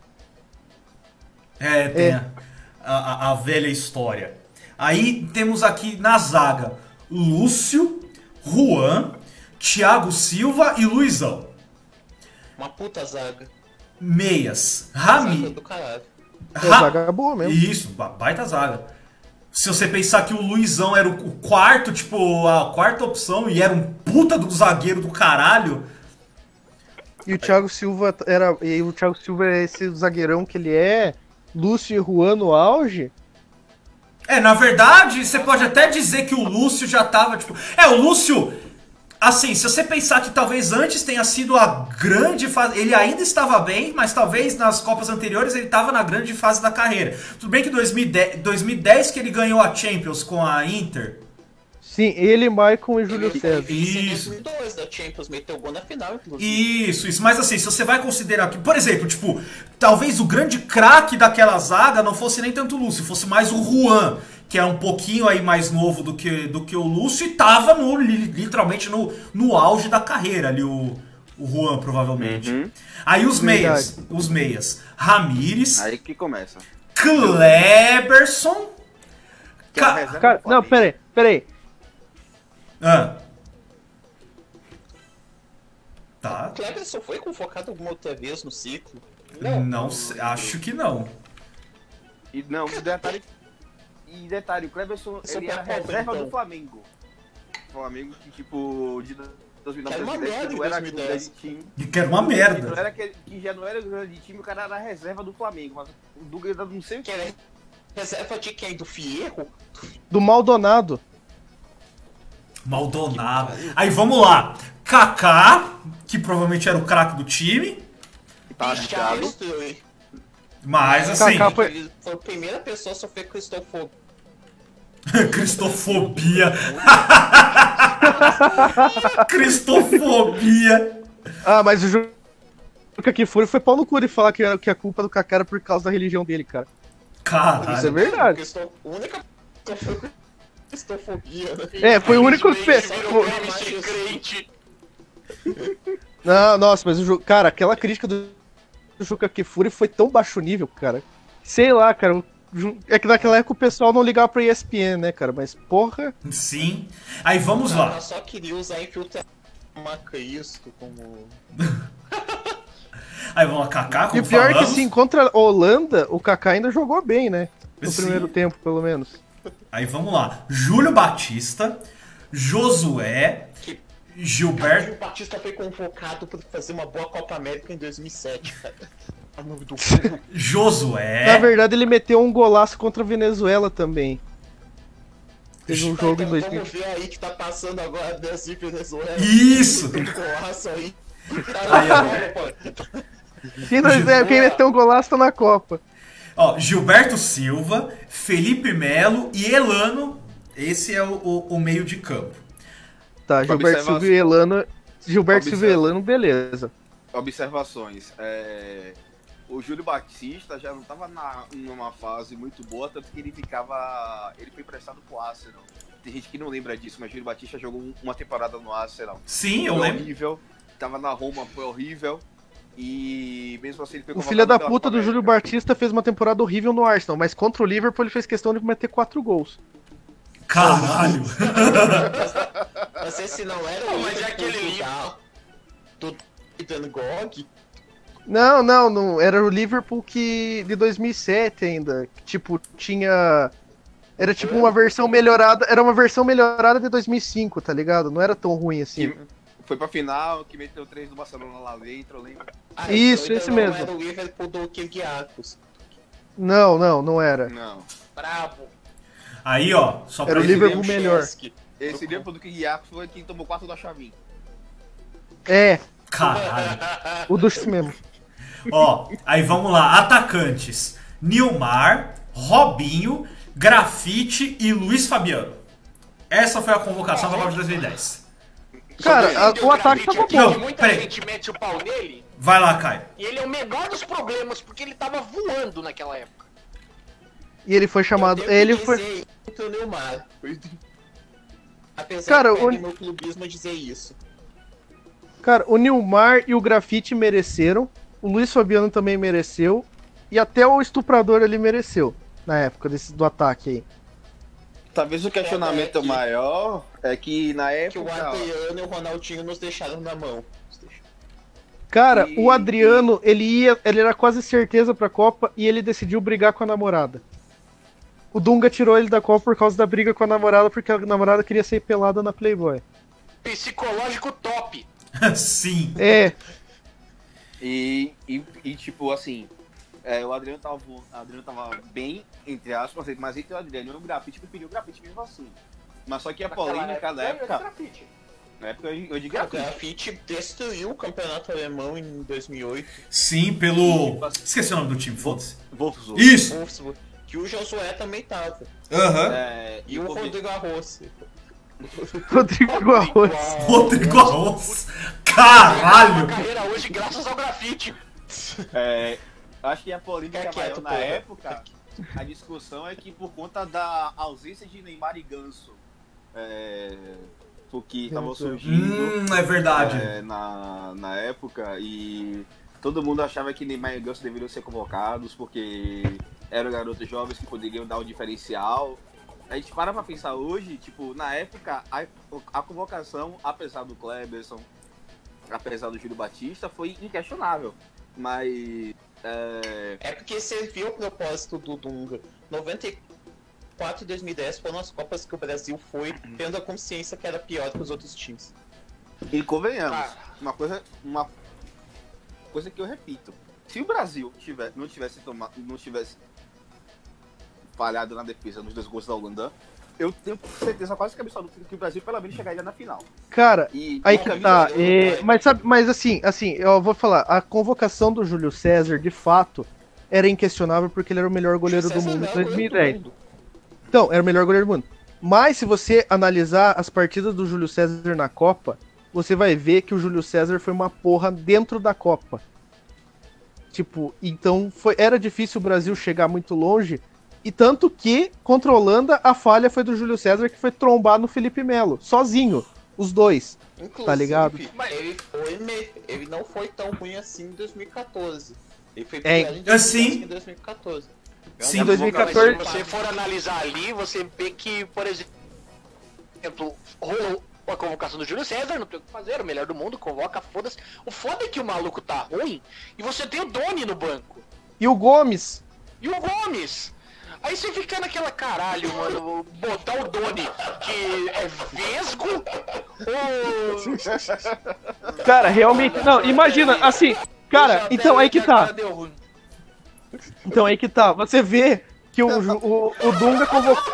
É, tem É. A, a, a velha história. Aí temos aqui na zaga Lúcio, Juan, Thiago Silva e Luizão. Uma puta zaga. Meias, Zaga Rami. do caralho. É, Ra- zaga boa mesmo. Isso, ba- baita zaga. Se você pensar que o Luizão era o o quarto, tipo, a quarta opção e era um puta do zagueiro do caralho. E o Thiago Silva era. E o Thiago Silva é esse zagueirão que ele é. Lúcio e Juan no auge. É, na verdade, você pode até dizer que o Lúcio já tava, tipo... É, o Lúcio... Assim, se você pensar que talvez antes tenha sido a grande fase... Ele ainda estava bem, mas talvez nas Copas anteriores ele estava na grande fase da carreira. Tudo bem que dois mil e dez, dois mil e dez que ele ganhou a Champions com a Inter... Sim, ele, Maicon e Júlio César. Isso. Em dois mil e dois da Champions, meteu gol na final, inclusive. Isso, isso. Mas assim, se você vai considerar que, por exemplo, tipo, talvez o grande craque daquela zaga não fosse nem tanto o Lúcio, fosse mais o Juan, que é um pouquinho aí mais novo do que, do que o Lúcio e tava no, literalmente no, no auge da carreira ali, o, o Juan, provavelmente. Uhum. Aí os meias, Verdade. os meias. Ramires. Aí que começa. Kleberson. Ca... Cara, não, peraí, peraí. Ah. Tá. O Kleberson foi convocado alguma outra vez no ciclo? Não, não sei, acho que não. E não, e detalhe, e detalhe, o Kleberson ele era reserva então. do Flamengo. Flamengo que tipo de dois mil e nove, era uma merda não era grande time. Que era uma merda. Não era que, que já não era grande time, o cara era reserva do Flamengo, mas o Dunga não sei o que era. Reserva de quem? Do Fierro? Do Maldonado. Maldonado. Aí vamos lá. Kaká, que provavelmente era o craque do time. Tá ligado. Mas assim. Kaká foi... foi a primeira pessoa a sofrer cristofobia. Cristofobia. Cristofobia. Ah, mas o Juca Kfouri foi pau no cu de falar que, que a culpa do Kaká era por causa da religião dele, cara. Caralho. Isso é verdade. A única cristofobia, né? É, foi o único pe... Não, nossa, mas o Ju... cara, aquela crítica do Juca Kfouri foi tão baixo nível, cara. Sei lá, cara. É que naquela época o pessoal não ligava pra E S P N, né, cara? Mas porra. Sim. Aí vamos lá. Eu só queria usar infiltração Cristo como. Aí vamos lá, Kaká, como E o pior falamos. é que sim, contra a Holanda, o Kaká ainda jogou bem, né? No Sim. primeiro tempo, pelo menos. Aí vamos lá. Júlio Batista, Josué, que... Gilberto... Júlio Batista foi convocado para fazer uma boa Copa América em dois mil e sete, cara. A nome do Josué... Na verdade, ele meteu um golaço contra a Venezuela também. Teve um jogo então, em dois mil. Vamos ver aí que tá passando agora Brasil e Venezuela. Isso! Tem um golaço aí. Aí, Quem, não, é, quem meteu um golaço tá na Copa. Ó, Gilberto Silva, Felipe Melo e Elano. Esse é o, o, o meio de campo. Tá, Gilberto Silva e Elano. Gilberto Silva e Elano, beleza. Observações. É... O Júlio Batista já não estava numa fase muito boa, tanto que ele ficava. Ele foi emprestado pro Arsenal. Tem gente que não lembra disso, mas o Júlio Batista jogou uma temporada no Arsenal. Sim, eu foi lembro. Horrível. Tava na Roma, foi horrível. E mesmo assim ele foi O filho da puta do Júlio Batista fez uma temporada horrível no Arsenal, mas contra o Liverpool ele fez questão de meter quatro gols. Caralho! Mas esse não era o mas é aquele do Dan Gog? Não, não, não, era o Liverpool que de dois mil e sete ainda, que, tipo, tinha era tipo uma versão melhorada, era uma versão melhorada de dois mil e cinco, tá ligado? Não era tão ruim assim. Que foi pra final, que meteu três do Barcelona lá dentro, eu lembro. Ah, Isso, então, esse então mesmo. Não era o Liverpool do Kyrgiakos. Não, não, não era. Não. Bravo. Aí, ó, só pra era o Liverpool melhor. Esse Liverpool do Kyrgiakos foi quem tomou quatro da chavinha. É. Caralho. O do mesmo. Ó, aí vamos lá, atacantes. Nilmar, Robinho, Grafite e Luiz Fabiano. Essa foi a convocação da Copa de dois mil e dez. Cara, a, o ataque tava bom. Não, Muita peraí. gente mete o pau nele. Vai lá, Caio. E ele é o menor dos problemas, porque ele tava voando naquela época. E ele foi chamado. Ele foi. O Neymar. Apesar Cara, de o... meu clubismo dizer isso. Cara, o Nilmar e o Grafite mereceram. O Luiz Fabiano também mereceu. E até o estuprador ele mereceu. Na época desse, do ataque aí. Talvez o questionamento é que... maior é que na época. Que o Adriano e o Ronaldinho nos deixaram na mão. Cara, e... o Adriano, ele ia. Ele era quase certeza pra Copa e ele decidiu brigar com a namorada. O Dunga tirou ele da Copa por causa da briga com a namorada, porque a namorada queria ser pelada na Playboy. Psicológico top. Sim. É. E, e, e tipo, assim, É, o Adriano tava, o Adriano tava bem, entre aspas, mas entre o Adriano e o Grafite preferiu o Grafite mesmo assim. Mas só que a polêmica da época... Na época eu de O Grafite. Grafite destruiu o campeonato alemão em dois mil e oito. Sim, pelo... Esqueci o nome do time, foda-se. Wolfsburg. Isso! Wolfsburg, que o Josué também tava. Aham. É, E o Rodrigo Arroz. Rodrigo Arroz. Rodrigo Arroz. Caralho! Carreira hoje graças ao grafite. É, acho que a polêmica Fica maior quieto, na porra. época, a discussão é que por conta da ausência de Neymar e Ganso, é, porque estavam surgindo Hum, é verdade. é, na, na época, e todo mundo achava que Neymar e Ganso deveriam ser convocados porque eram garotos jovens que poderiam dar um diferencial. A gente para pra pensar hoje, tipo, na época, a, a convocação, apesar do Kleberson, apesar do Júlio Batista, foi inquestionável. Mas... É, É porque serviu o propósito do Dunga. noventa e quatro e dois mil e dez foram as Copas que o Brasil foi tendo a consciência que era pior que os outros times. e convenhamos, Ah. uma coisa, uma coisa que eu repito. Se o Brasil tiver, não tivesse tomado, não tivesse falhado na defesa nos dois gols da Holanda, eu tenho certeza quase que absoluta que o Brasil pelo menos chegaria na final. Cara, E aí uma que camisa- tá. é, mas, sabe, mas assim, assim, eu vou falar, a convocação do Júlio César, de fato, era inquestionável porque ele era o melhor goleiro do César mundo não em é o dois mil e goleiro dez. do mundo. Então, era o melhor goleiro do mundo. Mas se você analisar as partidas do Júlio César na Copa, você vai ver que o Júlio César foi uma porra dentro da Copa. Tipo, então foi, era difícil o Brasil chegar muito longe. E tanto que, contra a Holanda, a falha foi do Júlio César, que foi trombar no Felipe Melo. Sozinho. Os dois. Inclusive, Tá ligado? Ele, foi me- ele não foi tão ruim assim em dois mil e quatorze. Ele foi É, pior em assim. dois mil e quatorze. Sim, Em dois mil e quatorze. Mas se você for analisar ali, você vê que, por exemplo, rolou a convocação do Júlio César, não tem o que fazer, era o melhor do mundo, convoca, foda-se. O foda é que o maluco tá ruim e você tem o Doni no banco. E o Gomes. E o Gomes. Aí você fica naquela caralho, mano, botar o Doni, que é vesgo, ou... Cara, realmente. Não, imagina, assim. Cara, então aí que tá. Deu ruim. Então aí que tá. Você vê que o, Ju- o, o Dunga convocou.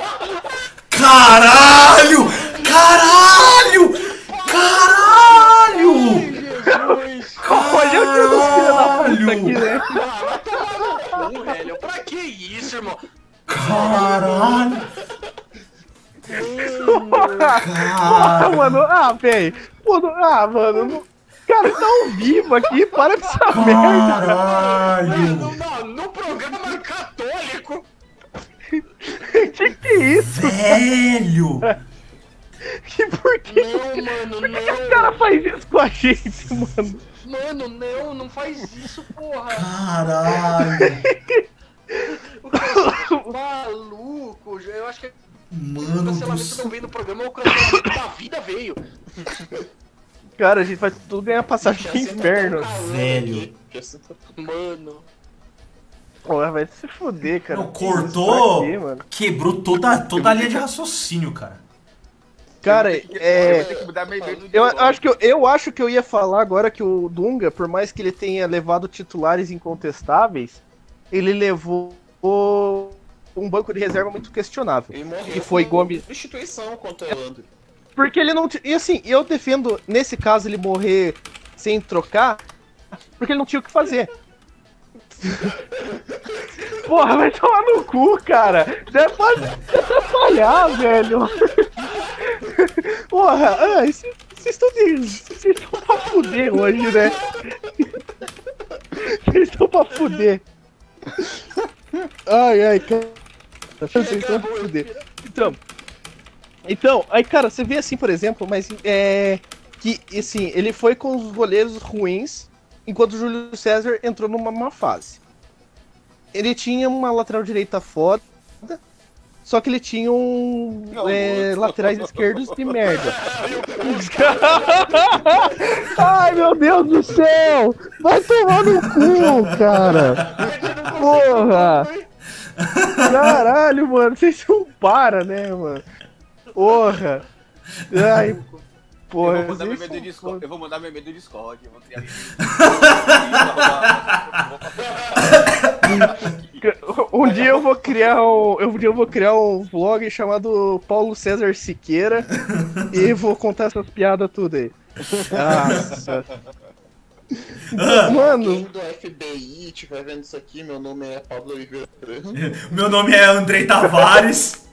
Caralho! Caralho! Caralho! Olha o que dos filhos da puta aqui, né? Ah, vai tomar no cu, velho. Pra que isso, irmão? Caralho! Porra, mano. Ah, velho. Pô, não- Ah, mano. Não... Cara, tá ao vivo aqui. Para com essa merda. Caralho! No, no, no programa católico. Que que é isso? Velho! Que por que Não, mano, por que que o cara não. faz isso com a gente, mano? Mano, não, não faz isso, porra. Caralho! O cara é maluco. Eu acho que o Mano do cancelamento não céu. veio no programa, o cancelamento da vida veio. Cara, a gente vai tudo ganhar passagem pro inferno. Velho. Mano. Porra, vai se fuder, cara. Não, Que isso, cortou, pra quê, mano? quebrou toda, toda a linha de raciocínio, cara. Cara, Eu é. vou ter que mudar meu e-mail do Eu Diogo. acho, que eu, eu acho que eu ia falar agora que o Dunga, por mais que ele tenha levado titulares incontestáveis, ele levou um banco de reserva muito questionável. Ele morreu Que foi com Gomes. substituição contra o Holanda. Porque ele não. t- E assim, eu defendo, nesse caso, ele morrer sem trocar, porque ele não tinha o que fazer. Porra, vai tomar no cu, cara. Deve pode atrapalhar, velho. Porra, ah, vocês vocês estão de. Vocês estão pra fuder hoje, né? Vocês estão pra fuder. Ai, ai, cara. Vocês estão pra fuder. Então. Então, aí, cara, você vê assim, por exemplo, mas é. Que, assim, ele foi com os goleiros ruins, enquanto o Júlio César entrou numa má fase. Ele tinha uma lateral direita foda, só que ele tinha um Não, é, moço. laterais esquerdos de merda. Ai, meu Deus do céu! Vai tomar no cu, cara! Porra! Caralho, mano, vocês não param, né, mano? Porra! Ai, porra. Eu vou mandar meu vocês e-mail do são Discord. foda. Eu vou mandar meu e-mail do Discord. Eu vou criar... Um dia eu vou criar um, um dia eu vou criar um vlog chamado Paulo César Siqueira e vou contar essas piadas tudo aí. Nossa. Mano, do F B I estiver vendo isso aqui, meu nome é Pablo Oliveira. Meu nome é Andrei Tavares.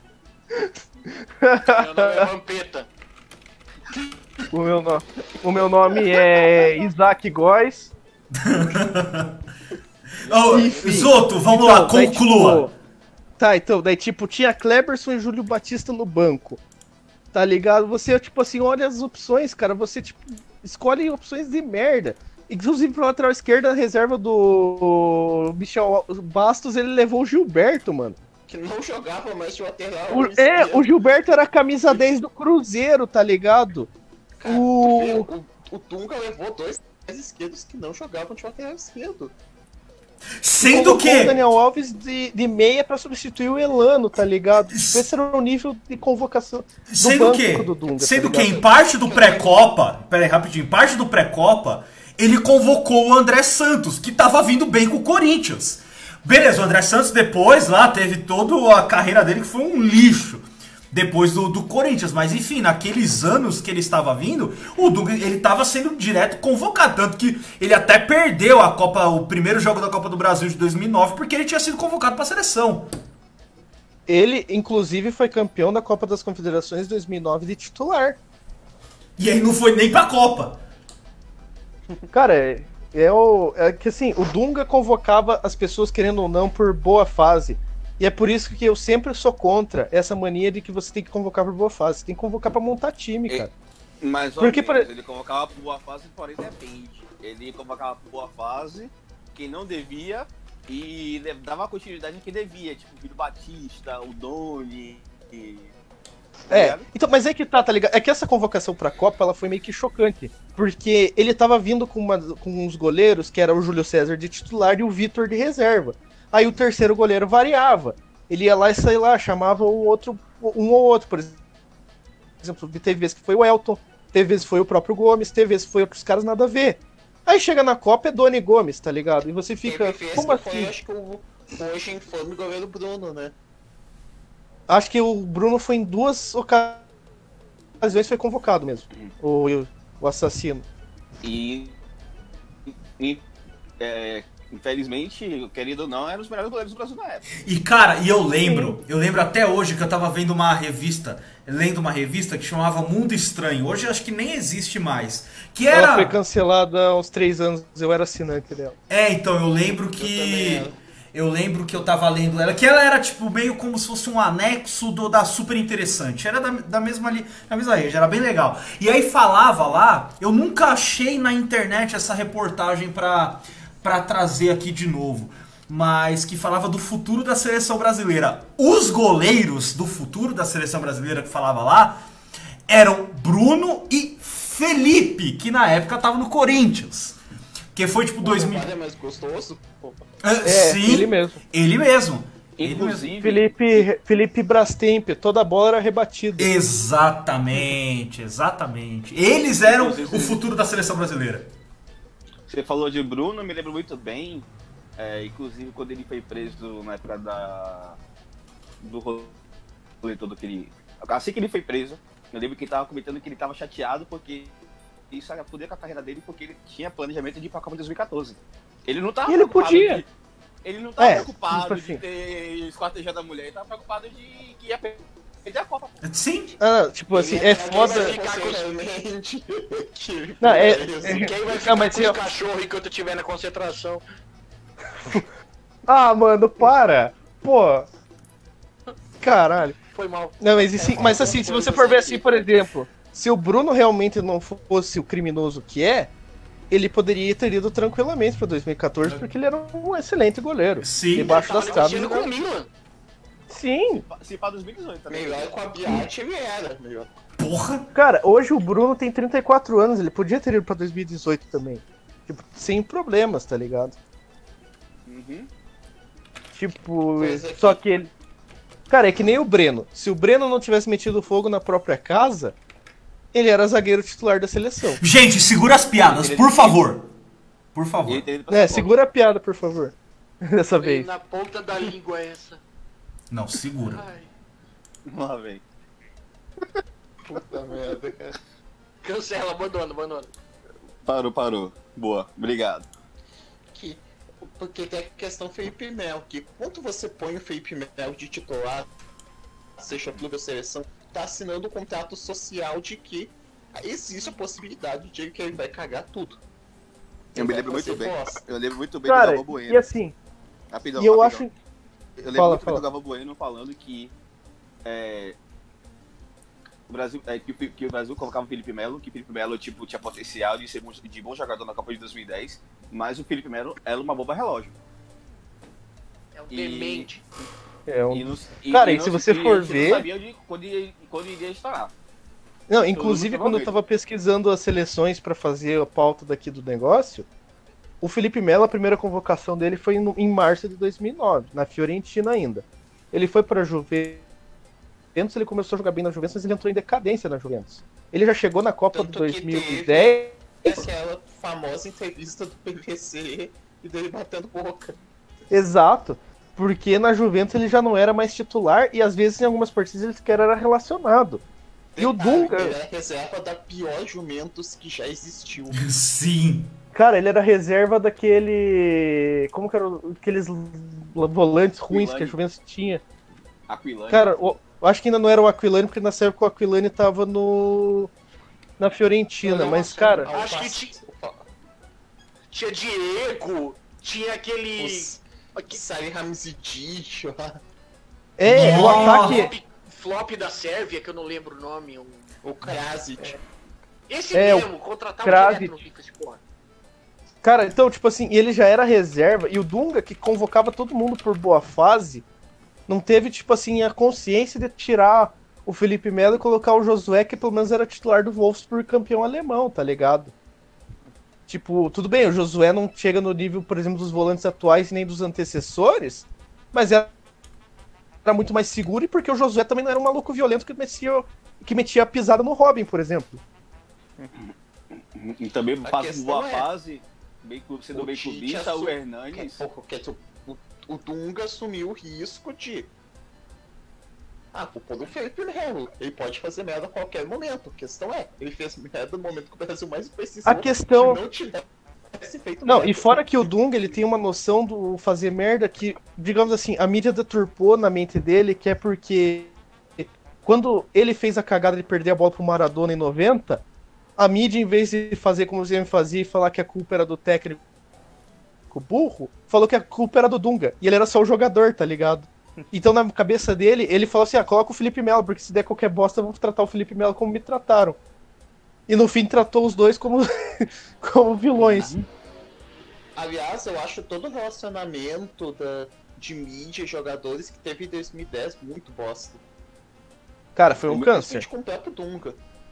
Meu nome é Vampeta. O meu, no... o meu nome é Isaac Góes. Oh, Enfim, Zoto, vamos então, lá, daí, conclua. Tipo, tá, então, daí tipo, tinha Kleberson e Júlio Batista no banco. Tá ligado? Você, tipo assim, olha as opções, cara. Você, tipo, escolhe opções de merda. Inclusive, pro lateral esquerda, a reserva do Michel Bastos, ele levou o Gilberto, mano. Que não jogava mais de lateral. O, é, o Gilberto era a camisa dez do Cruzeiro, tá ligado? Cara, o... vê, o... o Dunga levou dois esquerdos que não jogavam de lateral esquerdo. Sendo que... o Daniel Alves de, de meia pra substituir o Elano, tá ligado? Esse era o nível de convocação do Sendo banco que, do Dunga. sendo tá que em parte do pré-copa, pera aí, rapidinho, em parte do pré-copa, ele convocou o André Santos, que tava vindo bem com o Corinthians. Beleza, o André Santos depois lá teve toda a carreira dele que foi um lixo. Depois do, do Corinthians, mas enfim, naqueles anos que ele estava vindo, o Dunga, ele estava sendo direto convocado, tanto que ele até perdeu a Copa, o primeiro jogo da Copa do Brasil de dois mil e nove, porque ele tinha sido convocado para a seleção. Ele, inclusive, foi campeão da Copa das Confederações dois mil e nove de titular. E aí não foi nem pra Copa. Cara, é, é, o, é que assim, o Dunga convocava as pessoas, querendo ou não, por boa fase. E é por isso que eu sempre sou contra essa mania de que você tem que convocar por boa fase. Você tem que convocar pra montar time, cara. Mas Porque, Porque por... ele convocava por boa fase, porém depende. Ele convocava por boa fase, quem não devia, e dava continuidade em quem devia. Tipo, o Vitor Batista, o Doni... E... É, então, mas é que tá, tá ligado? É que essa convocação pra Copa, ela foi meio que chocante. Porque ele tava vindo com, uma, com uns goleiros, que era o Júlio César de titular e o Vitor de reserva. Aí o terceiro goleiro variava. Ele ia lá e sei lá, chamava o outro, um ou outro, por exemplo. Teve vezes que foi o Elton, teve vezes que foi o próprio Gomes, teve vezes que foi outros caras nada a ver. Aí chega na Copa é Doni Gomes, tá ligado? E você fica. Como assim? Foi, acho que o, hoje foi o goleiro Bruno, né? Acho que o Bruno foi em duas ocasiões foi convocado mesmo. O, o assassino. E. e é, infelizmente, querido ou não, eram os melhores goleiros do Brasil na época. E cara, e eu lembro, eu lembro até hoje que eu tava vendo uma revista, lendo uma revista que chamava Mundo Estranho. Hoje acho que nem existe mais. Que era... Ela foi cancelada há uns três anos, eu era assinante dela. É, então eu lembro que... Eu, eu lembro que eu tava lendo ela, que ela era tipo meio como se fosse um anexo do, da Super Interessante. Era da, da mesma ali, da mesma rede, era bem legal. E aí falava lá, eu nunca achei na internet essa reportagem pra... para trazer aqui de novo, mas que falava do futuro da seleção brasileira. Os goleiros do futuro da seleção brasileira que falava lá eram Bruno e Felipe, que na época tava no Corinthians. Que foi tipo dois mil. É mais gostoso? É, sim, ele mesmo. Ele mesmo. Inclusive, Felipe, Felipe Brastemp, toda a bola era rebatida. Exatamente, exatamente. Eles eram o futuro da seleção brasileira. Você falou de Bruno, me lembro muito bem, é, inclusive quando ele foi preso na época da do rolê todo que ele... Assim que ele foi preso, eu lembro que ele tava comentando que ele tava chateado porque isso ia foder com a carreira dele, porque ele tinha planejamento de ir pra Copa dois mil e quatorze. Ele não tava E ele podia. De, ele não tava É, preocupado tipo assim. de ter esquartejado a mulher, ele tava preocupado de que ia perder a Copa. Sim. Ah, tipo assim, é foda. Não, é, é, Quem vai ficar não, mas com os eu... cachorros enquanto eu estiver na concentração? Ah, mano, para! Pô! Caralho. Foi mal. Não, mas, assim, mas assim, se você for ver assim, por exemplo, se o Bruno realmente não fosse o criminoso que é, ele poderia ter ido tranquilamente pra dois mil e quatorze, porque ele era um excelente goleiro. Sim. Debaixo das traves. Ele tava negociando com o Milan. Sim. Se para dois mil e dezoito também. Melhor com a Biati ele era, melhor. Porra. Cara, hoje o Bruno tem trinta e quatro anos, ele podia ter ido pra dois mil e dezoito também. Tipo, sem problemas, tá ligado? Uhum. Tipo, Coisa só que ele... Cara, é que nem o Breno. Se o Breno não tivesse metido fogo na própria casa, ele era zagueiro titular da seleção. Gente, segura as piadas, por favor. Por favor. E ele teria ido pra É, São Paulo. segura a piada, por favor. Dessa Veio vez. na ponta da língua essa. Não, segura. Ai, Lá vem. Puta merda, cara. cancela, abandona, abandona. Parou, parou. Boa, obrigado. Que, porque tem a questão Felipe Melo, que quando você põe o Felipe Melo de titular, seja clube ou seleção, tá assinando um contrato social de que existe a possibilidade de que ele vai cagar tudo. Eu me Vai lembro muito fazer bem. bosta. Eu lembro muito bem do Cara, Galvão Bueno. e assim, Rapidão, e eu rapidão. acho... Eu lembro Fala, muito bem fala. do Galvão Bueno falando que é, o Brasil, é, que, o- que o Brasil colocava o Felipe Melo, que o Felipe Melo tipo, tinha potencial de ser bom- de bom jogador na Copa de dois mil e dez, mas o Felipe Melo era uma bomba relógio. É um E- demente. É um... E não- e- Cara, e não se você e for a gente ver- não sabia de quando, ia, quando iria estourar. Não, Todo inclusive mundo quando eu provavelmente. tava pesquisando as seleções pra fazer a pauta daqui do negócio, o Felipe Melo, a primeira convocação dele foi no- em março de dois mil e nove, na Fiorentina ainda. Ele foi pra Juventus, ele começou a jogar bem na Juventus, mas ele entrou em decadência na Juventus. Ele já chegou na Copa de Tanto que dois mil e teve- dez, Aquela famosa entrevista do P V C e dele batendo boca. exato, porque na Juventus ele já não era mais titular e às vezes em algumas partidas ele sequer era relacionado. E o Detalhe, Dunga, Ele era reserva da pior Juventus que já existiu. Sim. cara, ele era reserva daquele... Como que eram aqueles volantes ruins que a Aquilani. Juventus tinha? Aquilani. Cara, o- eu acho que ainda não era o Aquilani, porque nessa época o Aquilani tava no... na Fiorentina, Não, mas, não, cara... não, Acho que pass- ti- Tinha Diego, tinha aquele. Os Sari Hamzic, É, o Nossa. ataque... Flop, flop da Sérvia, que eu não lembro o nome. um- o Krasic. Esse É, o mesmo, contratava Krasic. direto no FIFA esse porra. Cara, então, tipo assim, ele já era reserva, e o Dunga, que convocava todo mundo por boa fase, não teve, tipo assim, a consciência de tirar o Felipe Melo e colocar o Josué, que pelo menos era titular do Wolfsburg, campeão alemão, tá ligado? Tipo, tudo bem, o Josué não chega no nível, por exemplo, dos volantes atuais e nem dos antecessores, mas era, era muito mais seguro, e porque o Josué também não era um maluco violento que metia, que metia a pisada no Robin, por exemplo. E também A passa questão boa é- fase, bem, clube- sendo bem Tite clubista, assu- o Hernanes. Porra, quer dizer, o, o Dunga assumiu o risco de. Ah, culpa do Felipe Melo. Ele pode fazer merda a qualquer momento. A questão é, ele fez merda no momento que o Brasil mais precisou. A questão- Se não tivesse feito Não, merda. e fora que o Dunga, ele tem uma noção do fazer merda que, digamos assim, a mídia deturpou na mente dele, que é porque quando ele fez a cagada de perder a bola pro Maradona em noventa, a mídia, em vez de fazer como o Zé fazia e falar que a culpa era do técnico burro, falou que a culpa era do Dunga, e ele era só o jogador, tá ligado? Então, na cabeça dele, ele falou assim, ah, coloca o Felipe Melo, porque se der qualquer bosta, vamos tratar o Felipe Melo como me trataram. E no fim, tratou os dois como, como vilões. Aliás, eu acho todo o relacionamento da, de mídia e jogadores que teve em dois mil e dez muito bosta. Cara, foi um câncer. Principalmente com o próprio Dunga.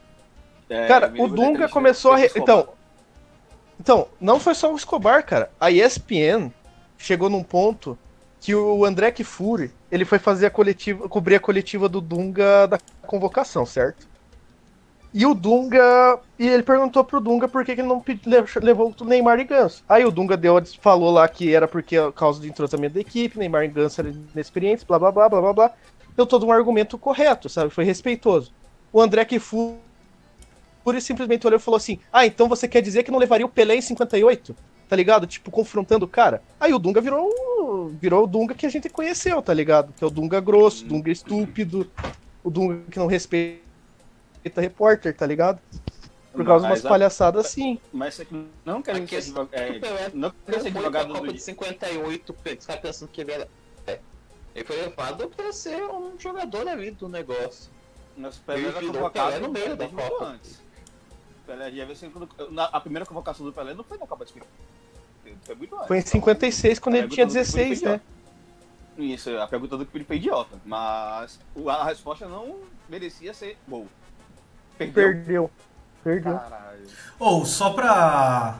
É, Cara, eu me o lembro Dunga daquele começou a. Re... Escobar. Então, então, não foi só o Escobar, cara. A E S P N chegou num ponto que o André Kfouri, ele foi fazer a coletiva, cobrir a coletiva do Dunga da convocação, certo? E o Dunga, e ele perguntou pro Dunga por que, que ele não pedi- levou o Neymar e Ganso. Aí o Dunga deu, falou lá que era porque a causa do entrosamento da equipe, Neymar e Ganso eram inexperientes, blá blá blá blá blá blá. Deu todo um argumento correto, sabe? Foi respeitoso. O André Kfouri simplesmente olhou e falou assim: ah, então você quer dizer que não levaria o Pelé em cinquenta e oito? Tá ligado? Tipo, confrontando o cara. Aí o Dunga virou o- virou o Dunga que a gente conheceu, tá ligado? Que é o Dunga grosso, o Dunga estúpido, o Dunga que não respeita repórter, tá ligado? Por causa de umas Mas a- palhaçadas assim. Mas isso aqui não querem A ser questão advog- é, do Pelé não querem ser Não foi pra advogados Copa do de cinquenta e oito, você tá pensando que ele era. É. Ele foi levado pra ser um jogador ali do negócio. Nosso Pelé Ele era virou convocado Pelé no meio da desde muito Copa. antes. O Pelé já veio sendo quando- na- a primeira convocação do Pelé não foi na Copa de cinquenta e oito, foi muito antes. Foi em cinquenta e seis, quando A ele tinha pergunta do Felipe dezesseis, né? foi Isso, a pergunta do Felipe foi idiota, mas o- a resposta não merecia ser boa. Perdeu. Perdeu. Perdeu. Caralho. Ou, só pra.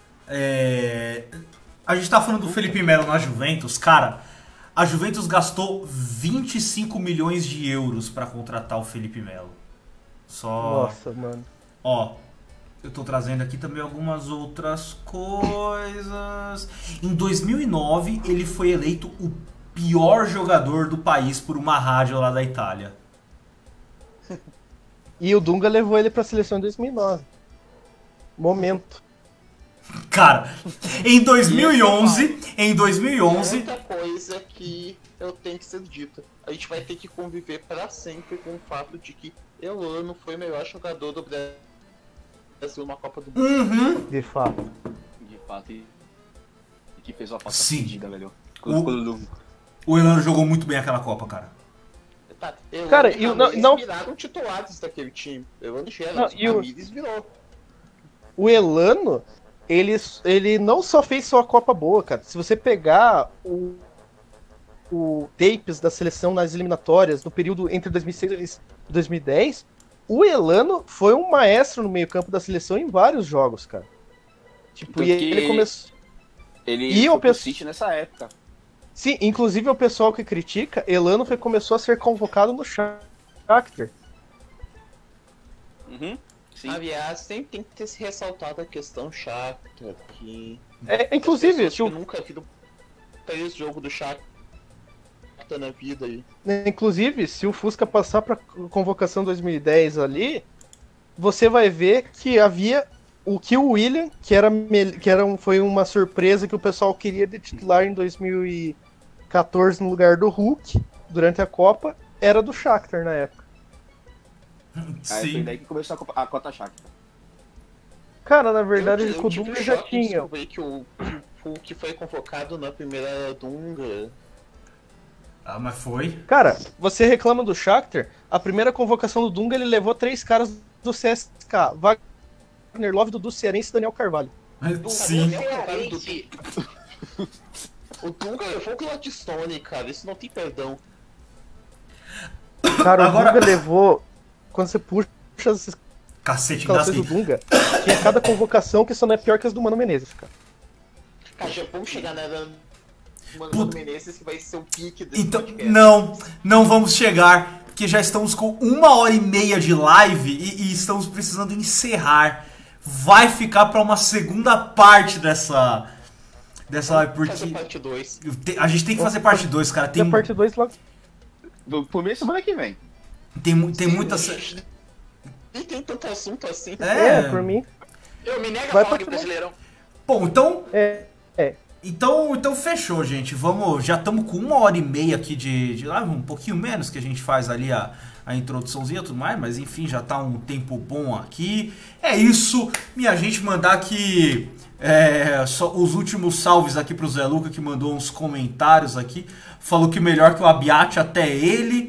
É, a gente tá falando do Felipe Melo na Juventus, cara. A Juventus gastou vinte e cinco milhões de euros pra contratar o Felipe Melo. Só. Nossa, mano. Ó. eu tô trazendo aqui também algumas outras coisas. Em dois mil e nove, ele foi eleito o pior jogador do país por uma rádio lá da Itália. E o Dunga levou ele pra seleção em dois mil e nove. Momento. Cara, em dois mil e onze, em dois mil e onze... Outra coisa que eu tenho que ser dita. A gente vai ter que conviver para sempre com o fato de que Elano foi o melhor jogador do Brasil numa Copa do Mundo. Uhum. De fato. De fato, e e que fez uma falta Sim. fedida, velho. O- Quando- O Elano jogou muito bem aquela Copa, cara. Tá, Elano Cara, e e o- Ramires não- viraram titulares daquele time. Elano e Não, e o- Ramires virou. O Elano, ele, ele não só fez só a Copa boa, cara. Se você pegar o, o tapes da seleção nas eliminatórias, no período entre dois mil e seis e dois mil e dez, o Elano foi um maestro no meio-campo da seleção em vários jogos, cara. Tipo, Tanto e ele que começou. Ele E foi o pro pesso- City nessa época. Sim, inclusive o pessoal que critica, Elano foi, começou a ser convocado no Shakhtar. Uhum. Sim. Aliás, sempre tem que ter se ressaltado a questão Shakhtar, que... É, inclusive, Pessoas se o- que nunca viram três jogos do Shakhtar na vida aí. Inclusive, se o Fusca passar para convocação dois mil e dez ali, você vai ver que havia o que o William, que era mel- que era um, foi uma surpresa que o pessoal queria de titular em dois mil e quatorze no lugar do Hulk durante a Copa, era do Shakhtar na época. Aí foi daí que começou a, Copa- a cota Shakhtar. Cara, na verdade, eu, ele eu com o tive Dunga um já choque em tinha. descobrir que o, que o que foi convocado na primeira Dunga. Ah, mas foi. Cara, você reclama do Shakhtar, a primeira convocação do Dunga ele levou três caras do C S K, Wagner Love, Dudu Cearense e Daniel Carvalho. Sim. Cearense. O Dunga levou o Gladstone, cara, isso não tem perdão. Cara, o Agora- Dunga levou, quando você puxa as Cacete, escalações do engasguei. Dunga, tinha cada convocação que só não é pior que as do Mano Menezes, cara. Cara, já vamos chegar na era do Mano Puta. Menezes, que vai ser o pique desse Então, podcast. não, não vamos chegar, porque já estamos com uma hora e meia de live e, e estamos precisando encerrar. Vai ficar para uma segunda parte dessa dessa live, Fazer porque parte dois. te- a gente tem que fazer parte dois, cara. Tem Tem, a parte dois lá. Por mim, semana que vem. tem, mu- tem muita. Nem tem tanto assunto assim. É, É, por mim. Eu me nego a Vai falar pra que o Brasileirão. Bom, então. É, é. Então, então fechou, gente. Vamos, já estamos com uma hora e meia aqui de, de live, um pouquinho menos que a gente faz ali a, a introduçãozinha e tudo mais, mas enfim, já tá um tempo bom aqui. É isso, minha gente, mandar aqui é, só os últimos salves aqui pro Zé Luca, que mandou uns comentários aqui. Falou que melhor que o Abiate até ele.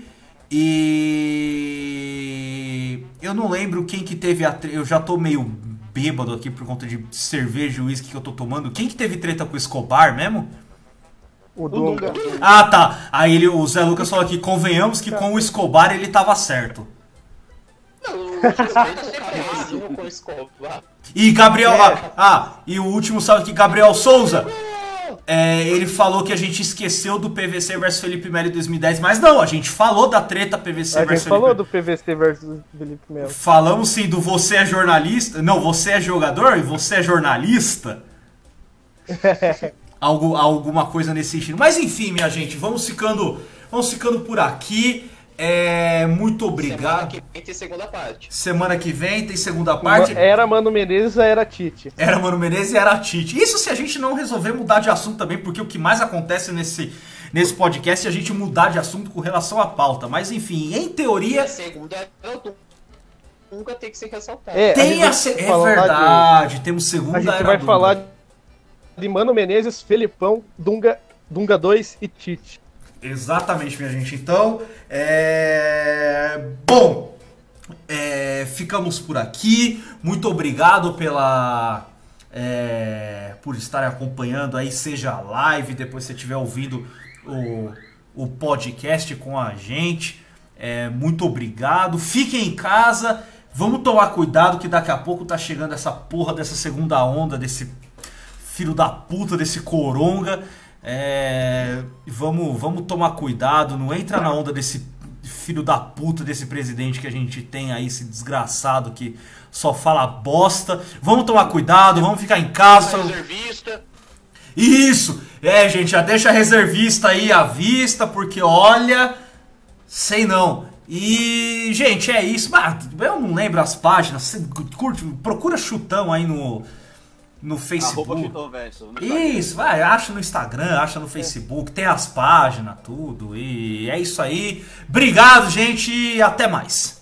E eu não lembro quem que teve a tre- eu já tô meio bêbado aqui por conta de cerveja e uísque que eu tô tomando. Quem que teve treta com o Escobar mesmo? O Dunga. Ah, tá. Aí ele, o Zé Lucas falou aqui, convenhamos que com o Escobar ele tava certo. Não, o Cabezinho com o Escobar. E Gabriel, É. ah, ah, e o último salve aqui, Gabriel Souza. É, ele falou que a gente esqueceu do P V C versus Felipe Melo em dois mil e dez, mas não, a gente falou da treta P V C A versus gente falou Felipe do P V C versus Felipe Melo. Falamos sim do você é jornalista. Não, você é jogador e você é jornalista. Algo, alguma coisa nesse sentido. Mas enfim, minha gente, vamos ficando, vamos ficando por aqui. É, muito Semana obrigado. que vem tem segunda parte. Semana que vem tem segunda parte. Era Mano Menezes ou era Tite? Era Mano Menezes e era Tite. Isso se a gente não resolver mudar de assunto também, porque o que mais acontece nesse, nesse podcast é a gente mudar de assunto com relação à pauta. Mas enfim, em E teoria. a segunda é o Dunga. Dunga tem que ser ressaltado. É, Tem a a gente se... vai É falar verdade, temos segunda A gente era vai Dunga. falar de Mano Menezes, Felipão, Dunga, Dunga dois e Tite. Exatamente, minha gente. Então, é... Bom, é... ficamos por aqui. Muito obrigado pela... é, por estarem acompanhando aí, seja a live, depois se você estiver ouvindo o, o podcast com a gente. É, muito obrigado. Fiquem em casa. Vamos tomar cuidado que daqui a pouco tá chegando essa porra dessa segunda onda, desse filho da puta, desse coronga. É, vamos, vamos tomar cuidado. Não entra na onda desse filho da puta desse presidente que a gente tem aí, esse desgraçado que só fala bosta. Vamos tomar cuidado, vamos ficar em casa. Reservista. Isso! É, gente, já deixa a reservista aí à vista, porque olha, sei não. E, gente, é isso. Ah, eu não lembro as páginas. Você curte, procura Chutão aí no, no Facebook. Arroba Chutoverso. Isso, vai, acha no Instagram, acha no Facebook, tem as páginas, tudo. E é isso aí. Obrigado, gente, e até mais.